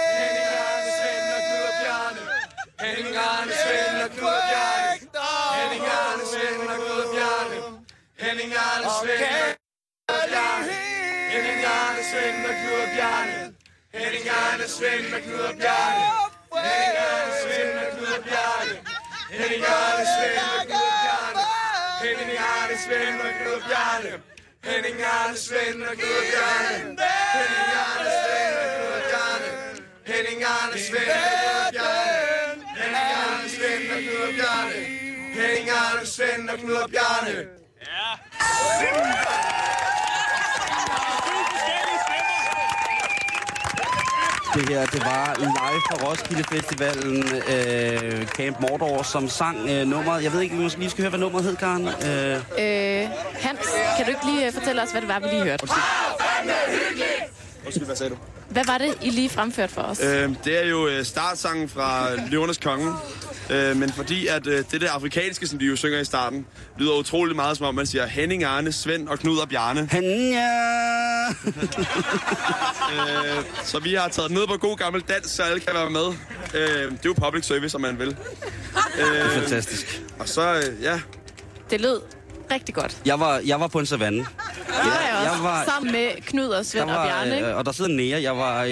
Henning, Arne, Svend og Knud og Bjarne. Henning, Arne, Svend og Knud og Bjarne. Henning, Arne, Svend og Bjarne. Henning, Arne, Svend og Knud og Bjarne. Henning, Arne, Svend og Knud og Bjarne. Henning, Arne, Svend og Knud og Bjarne. Henning, Arne, Svend og Knud og Bjarne. Henning, Arne, Svend og Knud og Bjarne. Henning, Arne, Svend og Knud og Bjarne. Henning, Arne, Svend og Knud og Bjarne. Henning, Arne, Svend og Knud og Bjarne. Henning, Arne, Svend og Knud og Bjarne. Henning, Arne, Svend og Knud og Bjarne. Ja. Det her, det var live fra Roskilde Festivalen, Camp Mordor, som sang nummeret. Jeg ved ikke, vi måske lige skal høre, hvad nummeret hed, Karen. Hans, kan du ikke lige fortælle os, hvad det var, vi lige hørte? Undskyld, hvad sagde du? Hvad var det, I lige fremført for os? Det er jo startsangen fra Løvernes Konge. Men fordi at det der afrikanske, som de jo synger i starten, lyder utrolig meget som om man siger Henning, Arne, Svend og Knud og Bjarne. Så vi har taget ned på god gammel dans, så alle kan være med. Det er jo public service, om man vil. Det er fantastisk. Og så, ja. Det lød rigtig godt. Jeg var på en savanne. Jeg var sammen med Knud og Svend og Bjarne, ikke? Og der sidder Nea.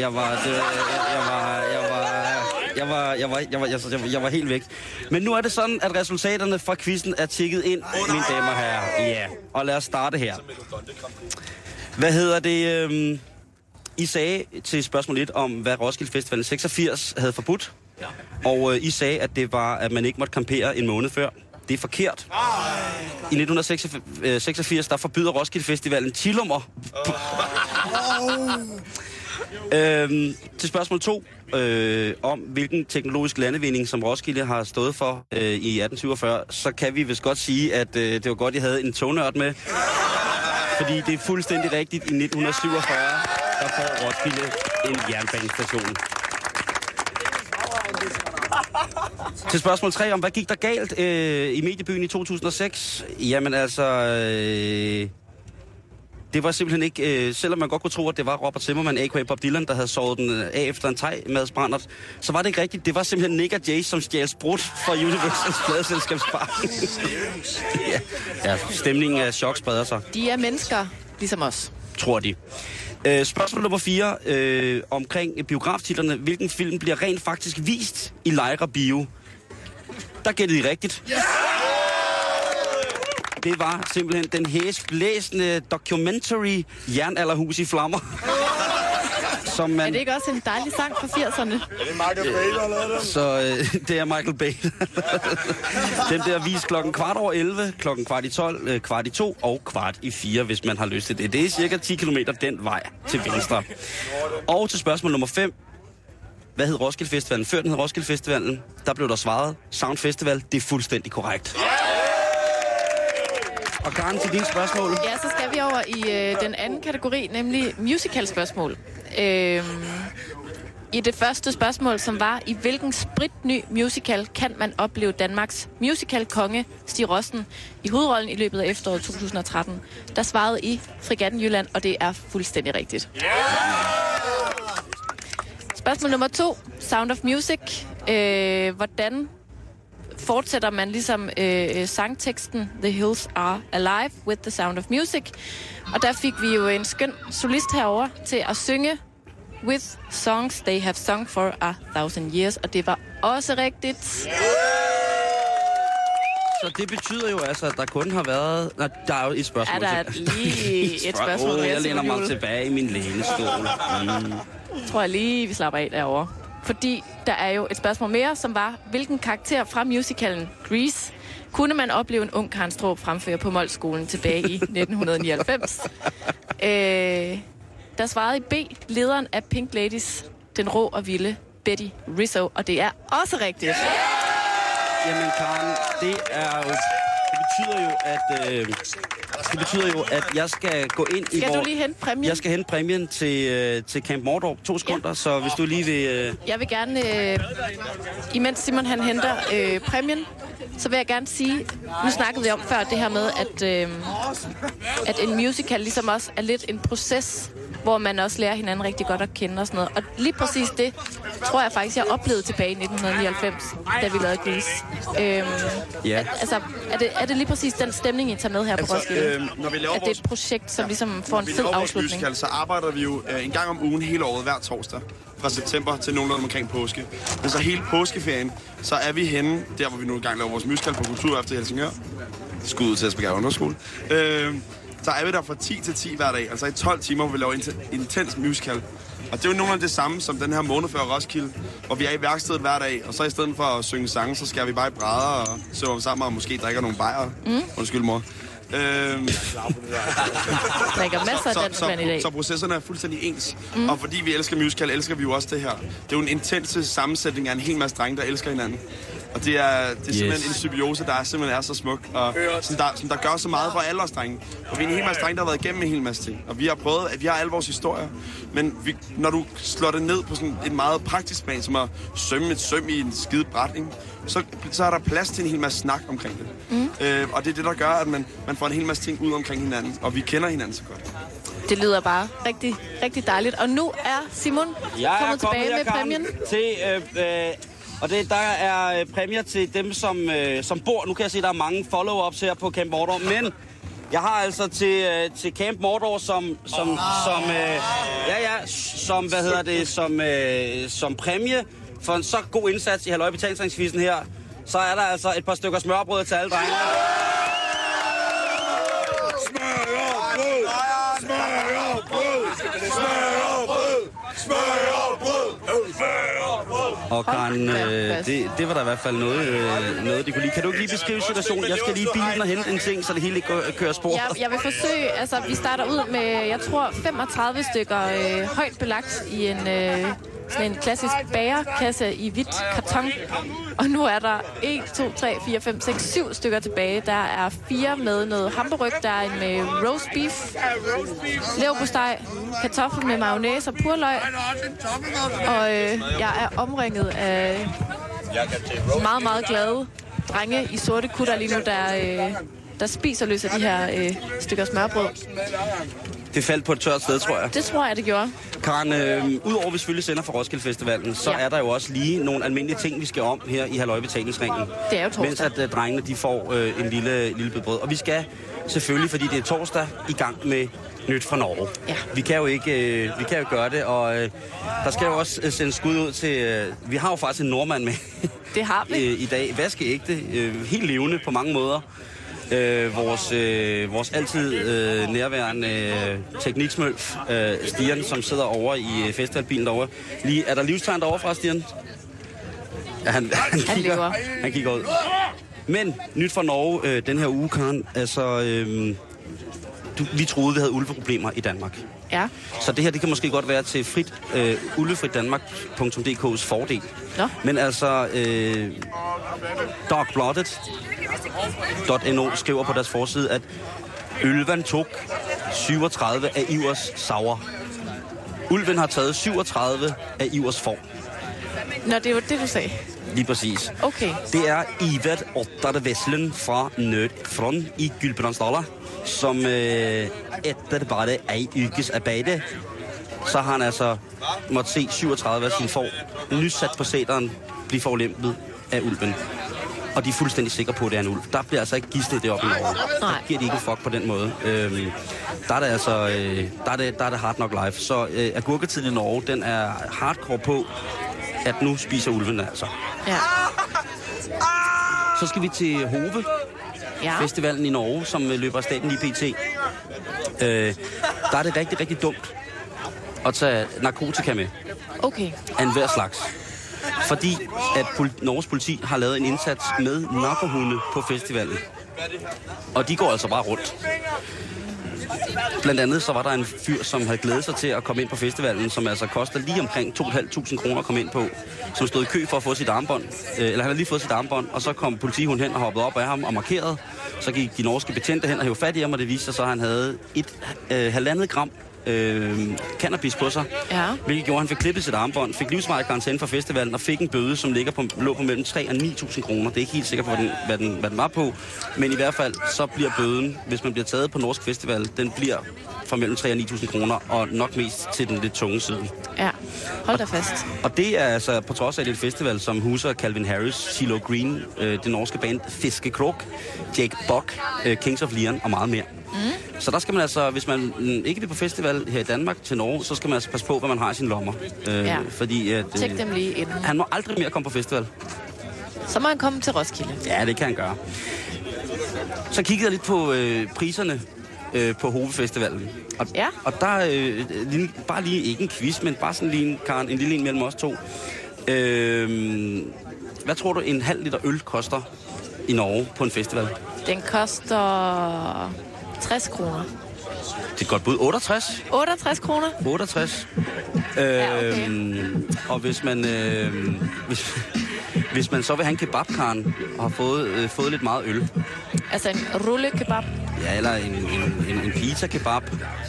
Jeg var helt væk. Men nu er det sådan, at resultaterne fra quizzen er tikket ind, mine damer og herrer. Ja, og lad os starte her. Hvad hedder det? I sagde til spørgsmål 1 om, hvad Roskilde Festival 86 havde forbudt. Ja. Og I sagde, at det var, at man ikke måtte campere en måned før. Det er forkert. I 1986, der forbyder Roskilde Festivalen chilummer. Til spørgsmål 2, om hvilken teknologisk landevinding, som Roskilde har stået for i 1847, så kan vi vist godt sige, at det var godt, I havde en tognørd med. Fordi det er fuldstændig rigtigt. I 1947, der får Roskilde en jernbanestation. Til spørgsmål 3 om, hvad gik der galt i mediebyen i 2006? Jamen altså... det var simpelthen ikke, selvom man godt kunne tro, at det var Robert Zimmermann, a.k.a. Bob Dylan, der havde sovet den af efter en thai-madsbrændert, så var det ikke rigtigt. Det var simpelthen Nick og Jay, som stjal sprut fra Universals pladeselskabspark. Ja, stemningen af chok spreder sig. De er mennesker, ligesom os. Tror de. Spørgsmål nummer 4, omkring biograftiterne. Hvilken film bliver rent faktisk vist i Lejre Bio? Der gættede I rigtigt. Yes! Det var simpelthen den hæsblæsende documentary Jernalderhus i flammer. Som man... Er det ikke også en dejlig sang fra 80'erne? Er det Michael Bay, der lavede det? Så det er Michael Bay. Den der vis 11:15, 11:15, 11:45 og 11:45, hvis man har lyst til det. Det er cirka 10 kilometer den vej til venstre. Og til spørgsmål nummer 5. Hvad hed Roskilde Festivalen? Før den hed Roskilde Festivalen, der blev der svaret Sound Festival. Det er fuldstændig korrekt. Og Karen, til dine spørgsmål. Ja, så skal vi over i den anden kategori, nemlig musical-spørgsmål. I det første spørgsmål, som var, i hvilken spritny musical kan man opleve Danmarks musical-konge, Stig Rossen, i hovedrollen i løbet af efteråret 2013? Der svarede I Fregatten Jylland, og det er fuldstændig rigtigt. Spørgsmål nummer 2, Sound of Music. Hvordan fortsætter man ligesom sangteksten The Hills Are Alive with the Sound of Music? Og der fik vi jo en skøn solist herover til at synge With Songs They Have Sung for 1,000 Years, og det var også rigtigt. Så det betyder jo altså, at der kun har været... Nå, der er jo et spørgsmål. Er der lige et spørgsmål mere? Jeg læner mig tilbage i min lænestol. Tror jeg lige, vi slapper af derovre. Fordi der er jo et spørgsmål mere, som var, hvilken karakter fra musicalen Grease kunne man opleve en ung Karen Straarup fremføre på Molskolen tilbage i 1999? Der svarede i B, lederen af Pink Ladies, den rå og vilde Betty Rizzo, og det er også rigtigt. Jamen Karen, det betyder jo, at jeg skal gå ind i... Skal du lige hente præmien? Jeg skal hente præmien til Camp Mordor. 2 sekunder, så hvis du lige vil... Jeg vil gerne, imens Simon han henter præmien, så vil jeg gerne sige, nu snakkede vi om før det her med, at en musical ligesom også er lidt en proces, hvor man også lærer hinanden rigtig godt at kende og sådan noget. Og lige præcis det, tror jeg faktisk, jeg oplevede tilbage i 1999, da vi lavede Grease. Altså, er det lige præcis den stemning, I tager med her på Roskilde? Når vi laver at det er et projekt, som ligesom får en fed afslutning? Musical, så arbejder vi jo en gang om ugen hele året, hver torsdag. Fra september til nogenlunde omkring påske. Men så hele påskeferien, så er vi henne, der hvor vi nu engang laver vores musical på Kulturaften i Helsingør. Skud til Esbjerg Ungdomsskole. Så er vi der fra 10 til 10 hver dag, altså i 12 timer, hvor vi laver intens musical. Og det er jo nogenlunde det samme som den her måned før Roskilde, hvor vi er i værkstedet hver dag, og så i stedet for at synge sange, så skal vi bare i brædder og søge sammen og måske drikker nogle bajer. Undskyld, mor. Drikker masser af dansk vand i dag. Så processerne er fuldstændig ens. Og fordi vi elsker musical, elsker vi jo også det her. Det er jo en intense sammensætning af en hel masse drenge, der elsker hinanden. Og det er simpelthen en symbiose, der simpelthen er så smuk, og som der gør så meget for alle os drenge. Og vi er en hel masse drenge, der har været igennem en hel masse ting. Og vi har prøvet, at vi har alle vores historier. Men når du slår det ned på sådan et meget praktisk plan, som at sømme et søm i en skide brætning, så er der plads til en hel masse snak omkring det. Og det er det, der gør, at man får en hel masse ting ud omkring hinanden, og vi kender hinanden så godt. Det lyder bare rigtig, rigtig dejligt. Og nu er Simon kommet tilbage med præmien. Og der er præmier til dem, som bor. Nu kan jeg se, at der er mange follow-ups her på Camp Mordor, men jeg har altså til Camp Mordor som præmie for en så god indsats i Halløj Betalingsringsquizzen her, så er der altså et par stykker smørbrød til alle drenge. Og Karen, det var der i hvert fald noget, de kunne lide. Kan du ikke lige beskrive situationen? Jeg skal lige i bilen og hente en ting, så det hele ikke kører spor. Ja, jeg vil forsøge. Altså, vi starter ud med, jeg tror, 35 stykker højt belagt i sådan en klassisk bagerkasse i hvidt karton. Og nu er der 1, 2, 3, 4, 5, 6, 7 stykker tilbage. Der er 4 med noget hamburg, der er en med roast beef, leverpostej, kartoffel med mayonnaise og purløg. Og jeg er omringet af meget, meget glade drenge i sorte kutter lige nu, der spiser løs af de her stykker smørbrød. Det faldt på et tørt sted, tror jeg. Det tror jeg, det gjorde. Karen, udover vi selvfølgelig sender fra Roskilde Festivalen, så er der jo også lige nogle almindelige ting, vi skal om her i Halløj Betalingsringen. Det er jo torsdag. Mens at drengene de får en lille bid brød. Og vi skal selvfølgelig, fordi det er torsdag, i gang med Nyt fra Norge. Ja. Vi kan jo ikke gøre det, og der skal jo også sendes skud ud til... vi har jo faktisk en nordmand med. Det har vi. I dag. Vaskeægte. Helt levende på mange måder. Vores altid nærværende tekniksmølf, Stian, som sidder over i festivalbilen derovre. Er der livstegn derovre fra, Stian? Ja, han kigger ud. Men Nyt fra Norge den her uge, Karen, altså... vi troede, vi havde ulveproblemer i Danmark. Ja. Så det her, det kan måske godt være til ulvefritdanmark.dk's fordel. Nå. Men altså, Dogbladet.no skriver på deres forside, at Ylvan tog 37 af Ivers sauer. Ulven har taget 37 af Ivers får. Nå, det var det, du sagde. Lige præcis. Okay. Det er Iver Otter Vesselen fra Nødfront i Gylbrandsdala, som efter bare en ukes arbejde, så har han altså måtte se 37 af sine får nysat på sæderen blive forulempet af ulven. Og de er fuldstændig sikre på, at det er en ulv. Der bliver altså ikke gistet det op i Norge. Der giver de ikke fuck på den måde. Der er det altså der er det hard nok life. Så agurketiden i Norge, den er hardcore på, at nu spiser ulven altså. Ja. Så skal vi til Hove. Ja. Festivalen i Norge, som løber af staten i PT. Der er det rigtig, rigtig dumt at tage narkotika med. Okay. Af enhver slags. Fordi at Norges politi har lavet en indsats med narkohunde på festivalen. Og de går altså bare rundt. Blandt andet så var der en fyr, som havde glædet sig til at komme ind på festivalen, som altså koster lige omkring 2.500 kroner at komme ind på, som stod i kø for at få sit armbånd. Eller han havde lige fået sit armbånd, og så kom politihunden hen og hoppede op af ham og markerede. Så gik de norske betjente hen og hævde fat i ham, og det viste sig så, at han havde 1,5 gram cannabis på sig, hvilket gjorde, at han fik klippet sit armbånd, fik livsvarig karantæne fra festivalen og fik en bøde, som lå på mellem 3 og 9.000 kroner. Det er ikke helt sikkert på, hvad den var på, men i hvert fald så bliver bøden, hvis man bliver taget på Norsk Festival, den bliver fra mellem 3 og 9.000 kroner, og nok mest til den lidt tunge side. Ja, hold da fast. Og det er altså på trods af det festival, som huser Calvin Harris, CeeLo Green, det norske band Fiskekrog, Jake Buck, Kings of Leon og meget mere. Så der skal man altså, hvis man ikke vil på festival her i Danmark til Norge, så skal man altså passe på, hvad man har i sine lommer. Fordi at, tjek dem lige inden. Han må aldrig mere komme på festival. Så må han komme til Roskilde. Ja, det kan han gøre. Så kiggede jeg lidt på priserne på Hove-festivalen. Og der bare lige, ikke en quiz, men bare sådan lige en lille en mellem os to. Hvad tror du, en halv liter øl koster i Norge på en festival? Den koster 60 kroner. Det er et godt bud. 68? 68 kroner? 68. Og hvis man, hvis man så vil have en kebabkarn og har fået lidt meget øl. Altså en rullekebab? Ja, eller en pizza-kebab.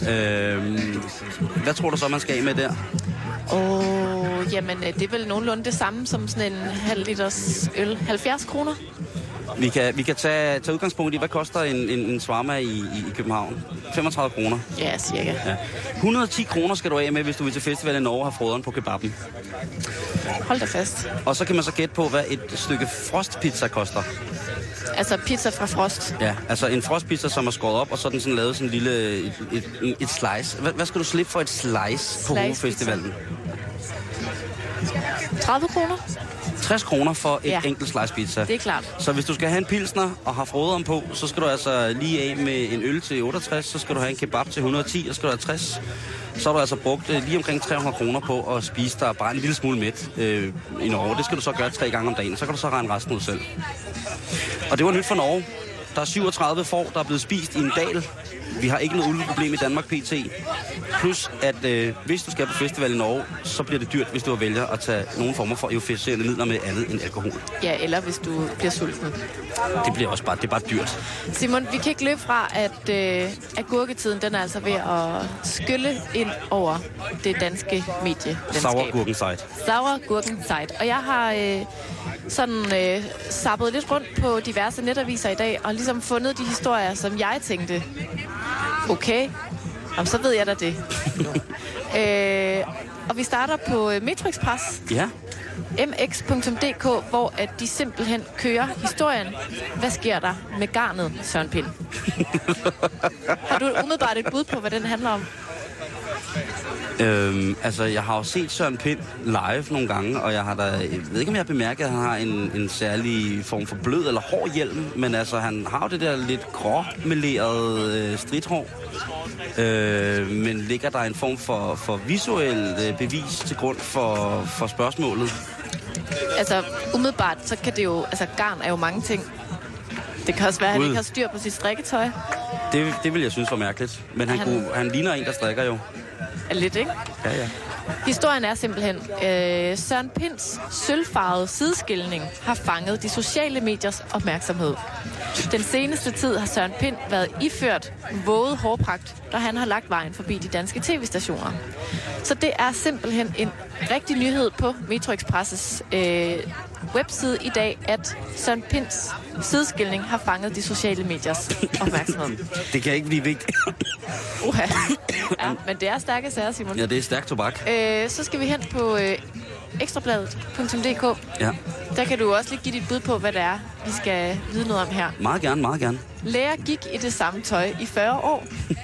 Hvad tror du så, man skal af med der? Jamen, det er vel nogenlunde det samme som sådan en halv liters øl. 70 kroner? Vi kan tage udgangspunkt i, hvad koster en shawarma i København? 35 kroner. Ja, cirka. Ja. 110 kroner skal du af med, hvis du vil til festival i Norge og har froderen på kebaben. Hold da fast. Og så kan man så gætte på, hvad et stykke frostpizza koster. Altså pizza fra Frost? Ja, altså en frostpizza, som er skåret op, og så er den sådan lavet sådan en lille et slice. Hvad skal du slippe for et slice på Hove-festivalen? 30 kroner. 60 kroner for et enkelt slice pizza. Det er klart. Så hvis du skal have en pilsner og har froderen på, så skal du altså lige af med en øl til 68, så skal du have en kebab til 110, og så skal du have 60. Så har du altså brugt lige omkring 300 kroner på at spise dig bare en lille smule mæt i Norge. Det skal du så gøre 3 gange om dagen, så kan du så regne resten ud selv. Og det var nyt for Norge. Der er 37 får, der er blevet spist i en dal. Vi har ikke noget ulveproblem i Danmark pt. Plus, at hvis du skal på festival i Norge, så bliver det dyrt, hvis du vælger at tage nogle former for euforiserende midler med andet end alkohol. Ja, eller hvis du bliver sulten. Det bliver også bare dyrt. Simon, vi kan ikke løbe fra, at agurketiden den er altså ved at skylle ind over det danske medielandskab. Sauergurkenzeit. Og jeg har zappet lidt rundt på diverse netaviser i dag, og ligesom fundet de historier, som jeg tænkte, okay, så ved jeg da det. Og vi starter på Metro Express. Ja. mx.dk, hvor at de simpelthen kører historien. Hvad sker der med garnet, Søren Pind? Har du umiddelbart et bud på, hvad den handler om? Altså, jeg har jo set Søren Pind live nogle gange, og jeg ved ikke, om jeg har bemærket, at han har en særlig form for blød eller hård hjelm, men altså, han har jo det der lidt gråmelerede stridthår. Men ligger der en form for visuel bevis til grund for spørgsmålet? Altså, umiddelbart, så kan det jo... Altså, garn er jo mange ting. Det kan også være, at han ikke har styr på sit strikketøj. Det vil jeg synes var mærkeligt. Men han ligner en, der strikker jo. Lidt, ikke? Ja. Historien er simpelthen, Søren Pinds sølvfarvede sideskilning har fanget de sociale mediers opmærksomhed. Den seneste tid har Søren Pind været iført våget hårpragt, da han har lagt vejen forbi de danske tv-stationer. Så det er simpelthen en rigtig nyhed på Metro Express' webside i dag, at Søren Pinds sideskilning har fanget de sociale mediers opmærksomhed. Det kan ikke blive vigtigt. Ja, men det er stærke sager, Simon. Ja, det er stærk tobak. Så skal vi hen på ekstrabladet.dk. Ja. Der kan du også lige give dit bud på, hvad det er, vi skal vide noget om her. Meget gerne, meget gerne. Lærer gik i det samme tøj i 40 år.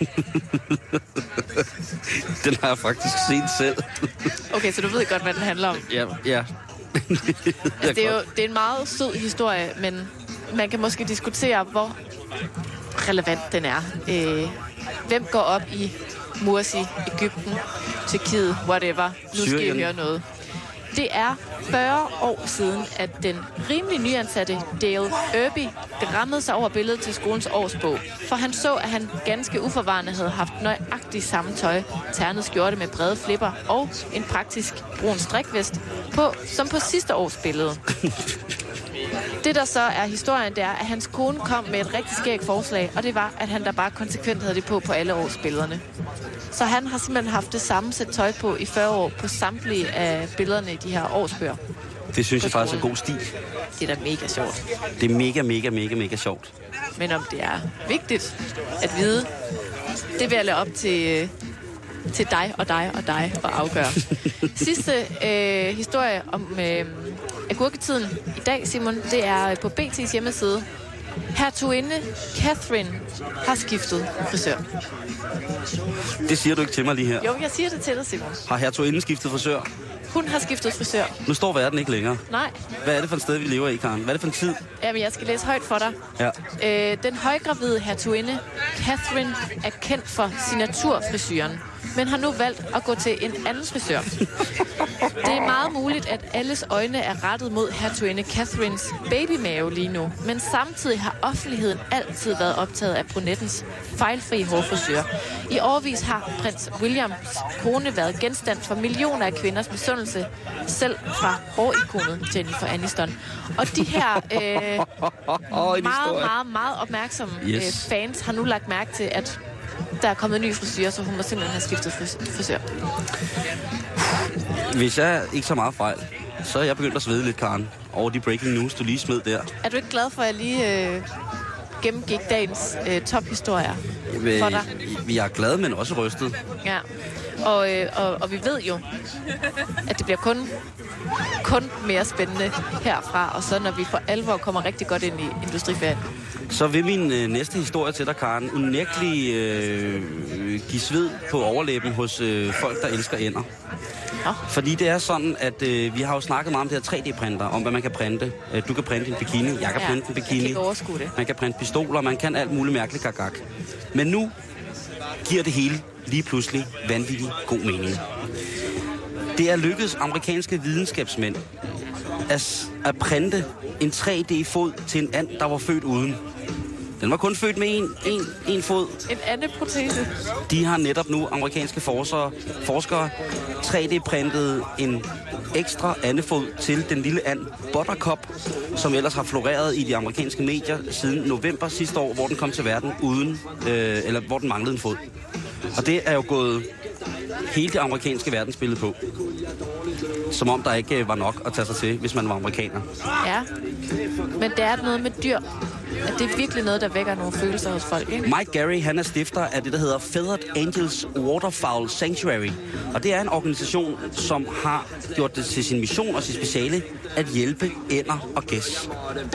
Den har jeg faktisk set selv. Okay, så du ved godt, hvad den handler om. Ja. Det er en meget sød historie, men man kan måske diskutere, hvor relevant den er. Hvem går op i Mursi, Egypten, Tyrkiet, whatever. Nu skal I høre noget. Det er 40 år siden, at den rimelig nyansatte Dale Irby rammede sig over billedet til skolens årsbog. For han så, at han ganske uforvarende havde haft nøjagtigt samme tøj, ternet skjorte med brede flipper og en praktisk brun strikvest som på sidste års billede. Det, der så er historien, det er, at hans kone kom med et rigtig skægt forslag, og det var, at han der bare konsekvent havde det på alle årsbillederne. Så han har simpelthen haft det samme sæt tøj på i 40 år på samtlige af billederne i de her årsbøger. Det synes jeg faktisk er god stil. Det er da mega sjovt. Det er mega sjovt. Men om det er vigtigt at vide, det vil jeg lade op til dig og dig og dig at afgøre. Sidste historie om agurketiden i dag, Simon, det er på BT's hjemmeside. Hertuginde Catherine har skiftet frisør. Det siger du ikke til mig lige her. Jo, jeg siger det til dig, Simon. Har hertuginden skiftet frisør? Hun har skiftet frisør. Nu står verden ikke længere. Nej. Hvad er det for et sted, vi lever i, Karen? Hvad er det for en tid? Jamen, jeg skal læse højt for dig. Ja. Den højgravide hertuginde Catherine er kendt for signaturfrisyren, men har nu valgt at gå til en anden frisør. Det er meget muligt, at alles øjne er rettet mod hertuginde Catherines babymave lige nu, men samtidig har offentligheden altid været optaget af brunettens fejlfri hårfrisør. I årevis har prins Williams kone været genstand for millioner af kvinders misundelse, selv fra hårikonet Jennifer Aniston. Og de her meget opmærksomme fans har nu lagt mærke til, at der er kommet en ny frisyr, så hun må simpelthen have skiftet frisør. Hvis jeg ikke så meget fejl, så er jeg begyndt at svede lidt, Karen, over de breaking news, du lige smed der. Er du ikke glad for, at jeg lige gennemgik dagens tophistorier for dig? Jeg er glad, men også rystet. Ja, og vi ved jo, at det bliver kun mere spændende herfra, og så når vi for alvor kommer rigtig godt ind i industriferien. Så vil min næste historie til dig, Karen, unægtelig give sved på overlæben hos folk, der elsker ænder. Nå. Fordi det er sådan, at vi har jo snakket meget om det her 3D-printer, om hvad man kan printe. Du kan printe en bikini, jeg kan printe en bikini. Jeg kan ikke overskue det. Man kan printe pistoler, man kan alt muligt mærkeligt gagag. Men nu giver det hele lige pludselig vanvittig god mening. Det er lykkedes amerikanske videnskabsmænd at printe en 3D-fod til en and, der var født uden. Den var kun født med en fod. En andeprotese. De har netop nu, amerikanske forskere 3D-printet en ekstra andefod til den lille and Buttercup, som ellers har floreret i de amerikanske medier siden november sidste år, hvor den kom til verden hvor den manglede en fod. Og det er jo gået hele det amerikanske verdensbillede på. Som om der ikke var nok at tage sig til, hvis man var amerikaner. Ja, men det er noget med dyr. At det er virkelig noget, der vækker nogle følelser hos folk, ikke? Mike Gary, han er stifter af det, der hedder Feathered Angels Waterfowl Sanctuary. Og det er en organisation, som har gjort det til sin mission og sit speciale at hjælpe ænder og gæs.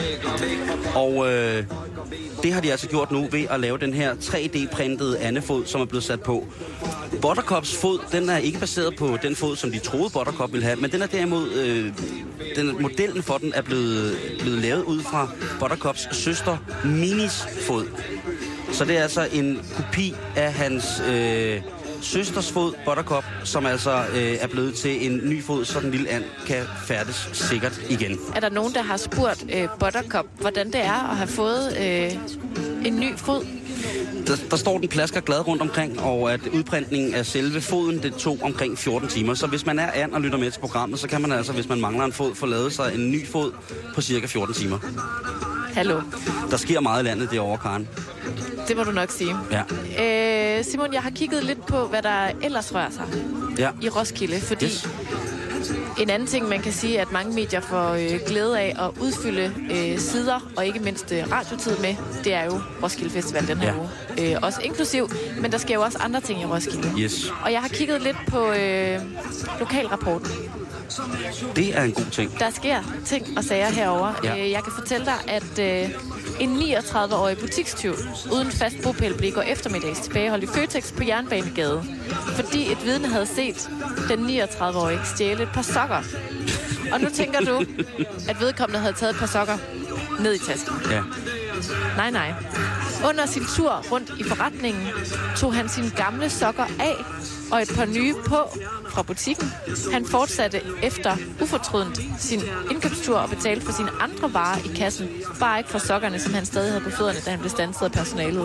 Og det har de altså gjort nu ved at lave den her 3D-printede andefod, som er blevet sat på. Buttercups fod, den er ikke baseret på den fod, som de troede Buttercup ville have, men den er derimod, modellen for den er blevet lavet ud fra Buttercups søster Minis fod. Så det er altså en kopi af hans søsters fod, Buttercup, som altså er blevet til en ny fod, så den lille and kan færdes sikkert igen. Er der nogen, der har spurgt Buttercup, hvordan det er at have fået en ny fod? Der står den plasker glad rundt omkring, og at udprintningen af selve foden, det tog omkring 14 timer. Så hvis man er and og lytter med til programmet, så kan man altså, hvis man mangler en fod, få lavet sig en ny fod på cirka 14 timer. Hallo. Der sker meget i landet derovre, Karen. Det må du nok sige. Ja. Simon, jeg har kigget lidt på, hvad der ellers rører sig i Roskilde, fordi en anden ting, man kan sige, at mange medier får glæde af at udfylde sider, og ikke mindst radiotid med, det er jo Roskilde Festival den her uge. Også inklusiv, men der sker jo også andre ting i Roskilde. Yes. Og jeg har kigget lidt på lokalrapporten. Det er en god ting. Der sker ting og sager herovre. Ja. Jeg kan fortælle dig, at en 39-årig butikstyv uden fast bopæl blev går eftermiddags tilbageholdt i Føtex på Jernbanegade, fordi et vidne havde set den 39-årige stjæle et par sokker. Og nu tænker du, at vedkommende havde taget et par sokker ned i tasken. Ja. Nej. Under sin tur rundt i forretningen tog han sine gamle sokker af og et par nye på fra butikken. Han fortsatte efter ufortrødent sin indkøbstur og betalte for sine andre varer i kassen. Bare ikke for sokkerne, som han stadig havde på fødderne, da han blev standset af personalet.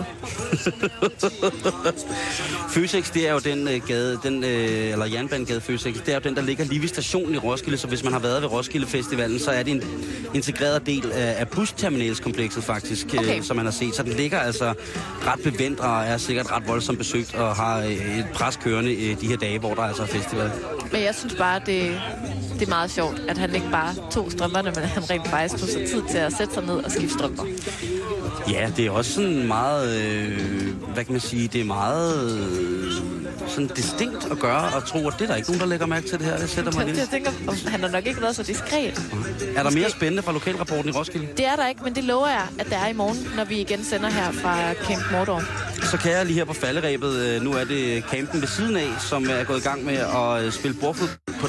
Føtex, det er jo den gade, eller Jernbanegade Føtex, det er jo den, der ligger lige ved stationen i Roskilde. Så hvis man har været ved Roskilde Festivalen, så er det en integreret del af busterminalskomplekset faktisk, som man har set. Så den ligger altså ret bevendt og er sikkert ret voldsomt besøgt og har et pres kørende de her dage, hvor der altså er festival. Men jeg synes bare, det er meget sjovt, at han ikke bare tog strømperne, men han rent faktisk tog sig tid til at sætte sig ned og skifte strømper. Ja, det er også sådan meget, hvad kan man sige, det er meget sådan distinkt at gøre og tro, at det er der ikke nogen, der lægger mærke til det her. Det sætter mig ind. Jeg tænker, han har nok ikke været så diskret. Er der mere spændende fra lokalrapporten i Roskilde? Det er der ikke, men det lover jeg, at der er i morgen, når vi igen sender her fra Camp Mordor. Så kan jeg lige her på falderæbet, nu er det campen ved siden af, som er gået i gang med at spille bordfodbold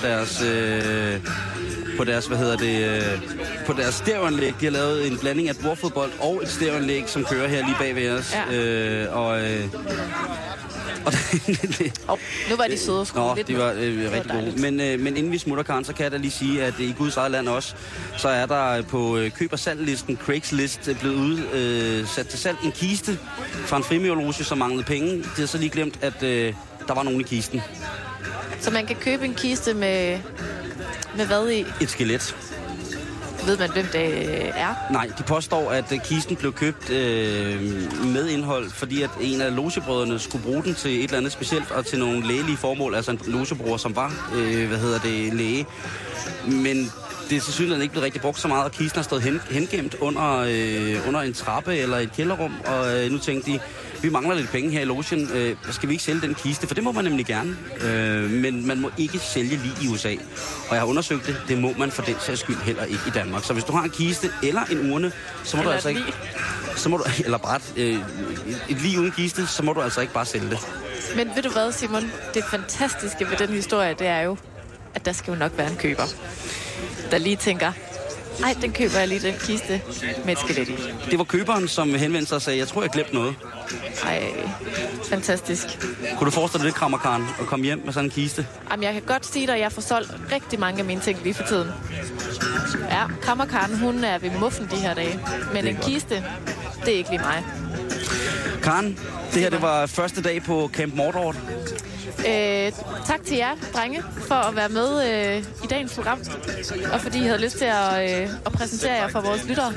på deres, på deres stereoanlæg. De har lavet en blanding af bordfodbold og et stereoanlæg, som kører her lige bag ved os. Ja. Nu var de søde og sgu lidt. De var rigtig gode. Men inden vi smutter, Karen, så kan jeg da lige sige, at i Guds eget land også, så er der på køb- og salglisten, Craigslist, blevet sat til salg en kiste fra en frimurerloge, som manglede penge. De har så lige glemt, at der var nogen i kisten. Så man kan købe en kiste med hvad i? Et skelet. Ved man, hvem det er? Nej, de påstår, at kisten blev købt med indhold, fordi at en af logebrødrene skulle bruge den til et eller andet specielt, og til nogle lægelige formål, altså en logebror, som var, læge. Men det er selvfølgelig ikke blevet rigtig brugt så meget, og kisten har stået hengemt under en trappe eller et kælderrum, og nu tænkte de, vi mangler lidt penge her i logen. Skal vi ikke sælge den kiste? For det må man nemlig gerne. Men man må ikke sælge lige i USA. Og jeg har undersøgt det. Det må man for den sags skyld heller ikke i Danmark. Så hvis du har en kiste eller en urne, så må du altså ikke... eller bare et lig uden kiste, så må du altså ikke bare sælge det. Men ved du hvad, Simon? Det fantastiske ved den historie, det er jo, at der skal jo nok være en køber, der lige tænker, ej, den køber jeg lige, den kiste med et skelet i. Det var køberen, som henvendte sig og sagde, jeg tror, jeg glemte noget. Ej, fantastisk. Kunne du forestille dig det, Krammerkaren, at komme hjem med sådan en kiste? Jamen, jeg kan godt sige dig, at jeg får solgt rigtig mange af mine ting lige for tiden. Ja, Krammerkaren, hun er ved muffen de her dage. Men en kiste, det er ikke lige mig. Karen, det her det var første dag på Camp Mordor. Tak til jer, drenge, for at være med i dagens program. Og fordi I havde lyst til at præsentere jer for vores lyttere.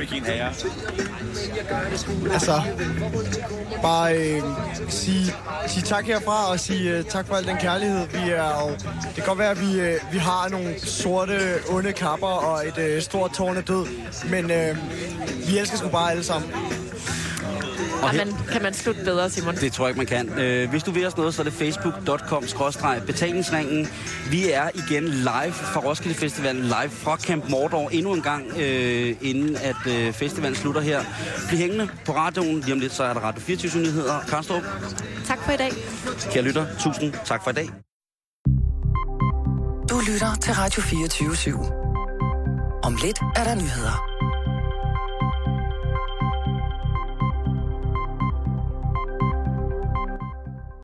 Altså, bare sige tak herfra og sige tak for al den kærlighed. Det kan godt være, at vi har nogle sorte, onde kapper og et stort tårn af død, men vi elsker sgu bare alle sammen. Kan man slutte bedre, Simon? Det tror jeg ikke, man kan. Hvis du vil os noget, så er det facebook.com/betalingsringen. Vi er igen live fra Roskilde Festival, live fra Camp Mordor endnu en gang, inden at festivalen slutter her. Bliv hængende på radioen. Lige om lidt, så er der Radio 24 nyheder. Karnstrup. Tak for i dag. Kære lytter, tusind tak for i dag. Du lytter til Radio 24/7. Om lidt er der nyheder.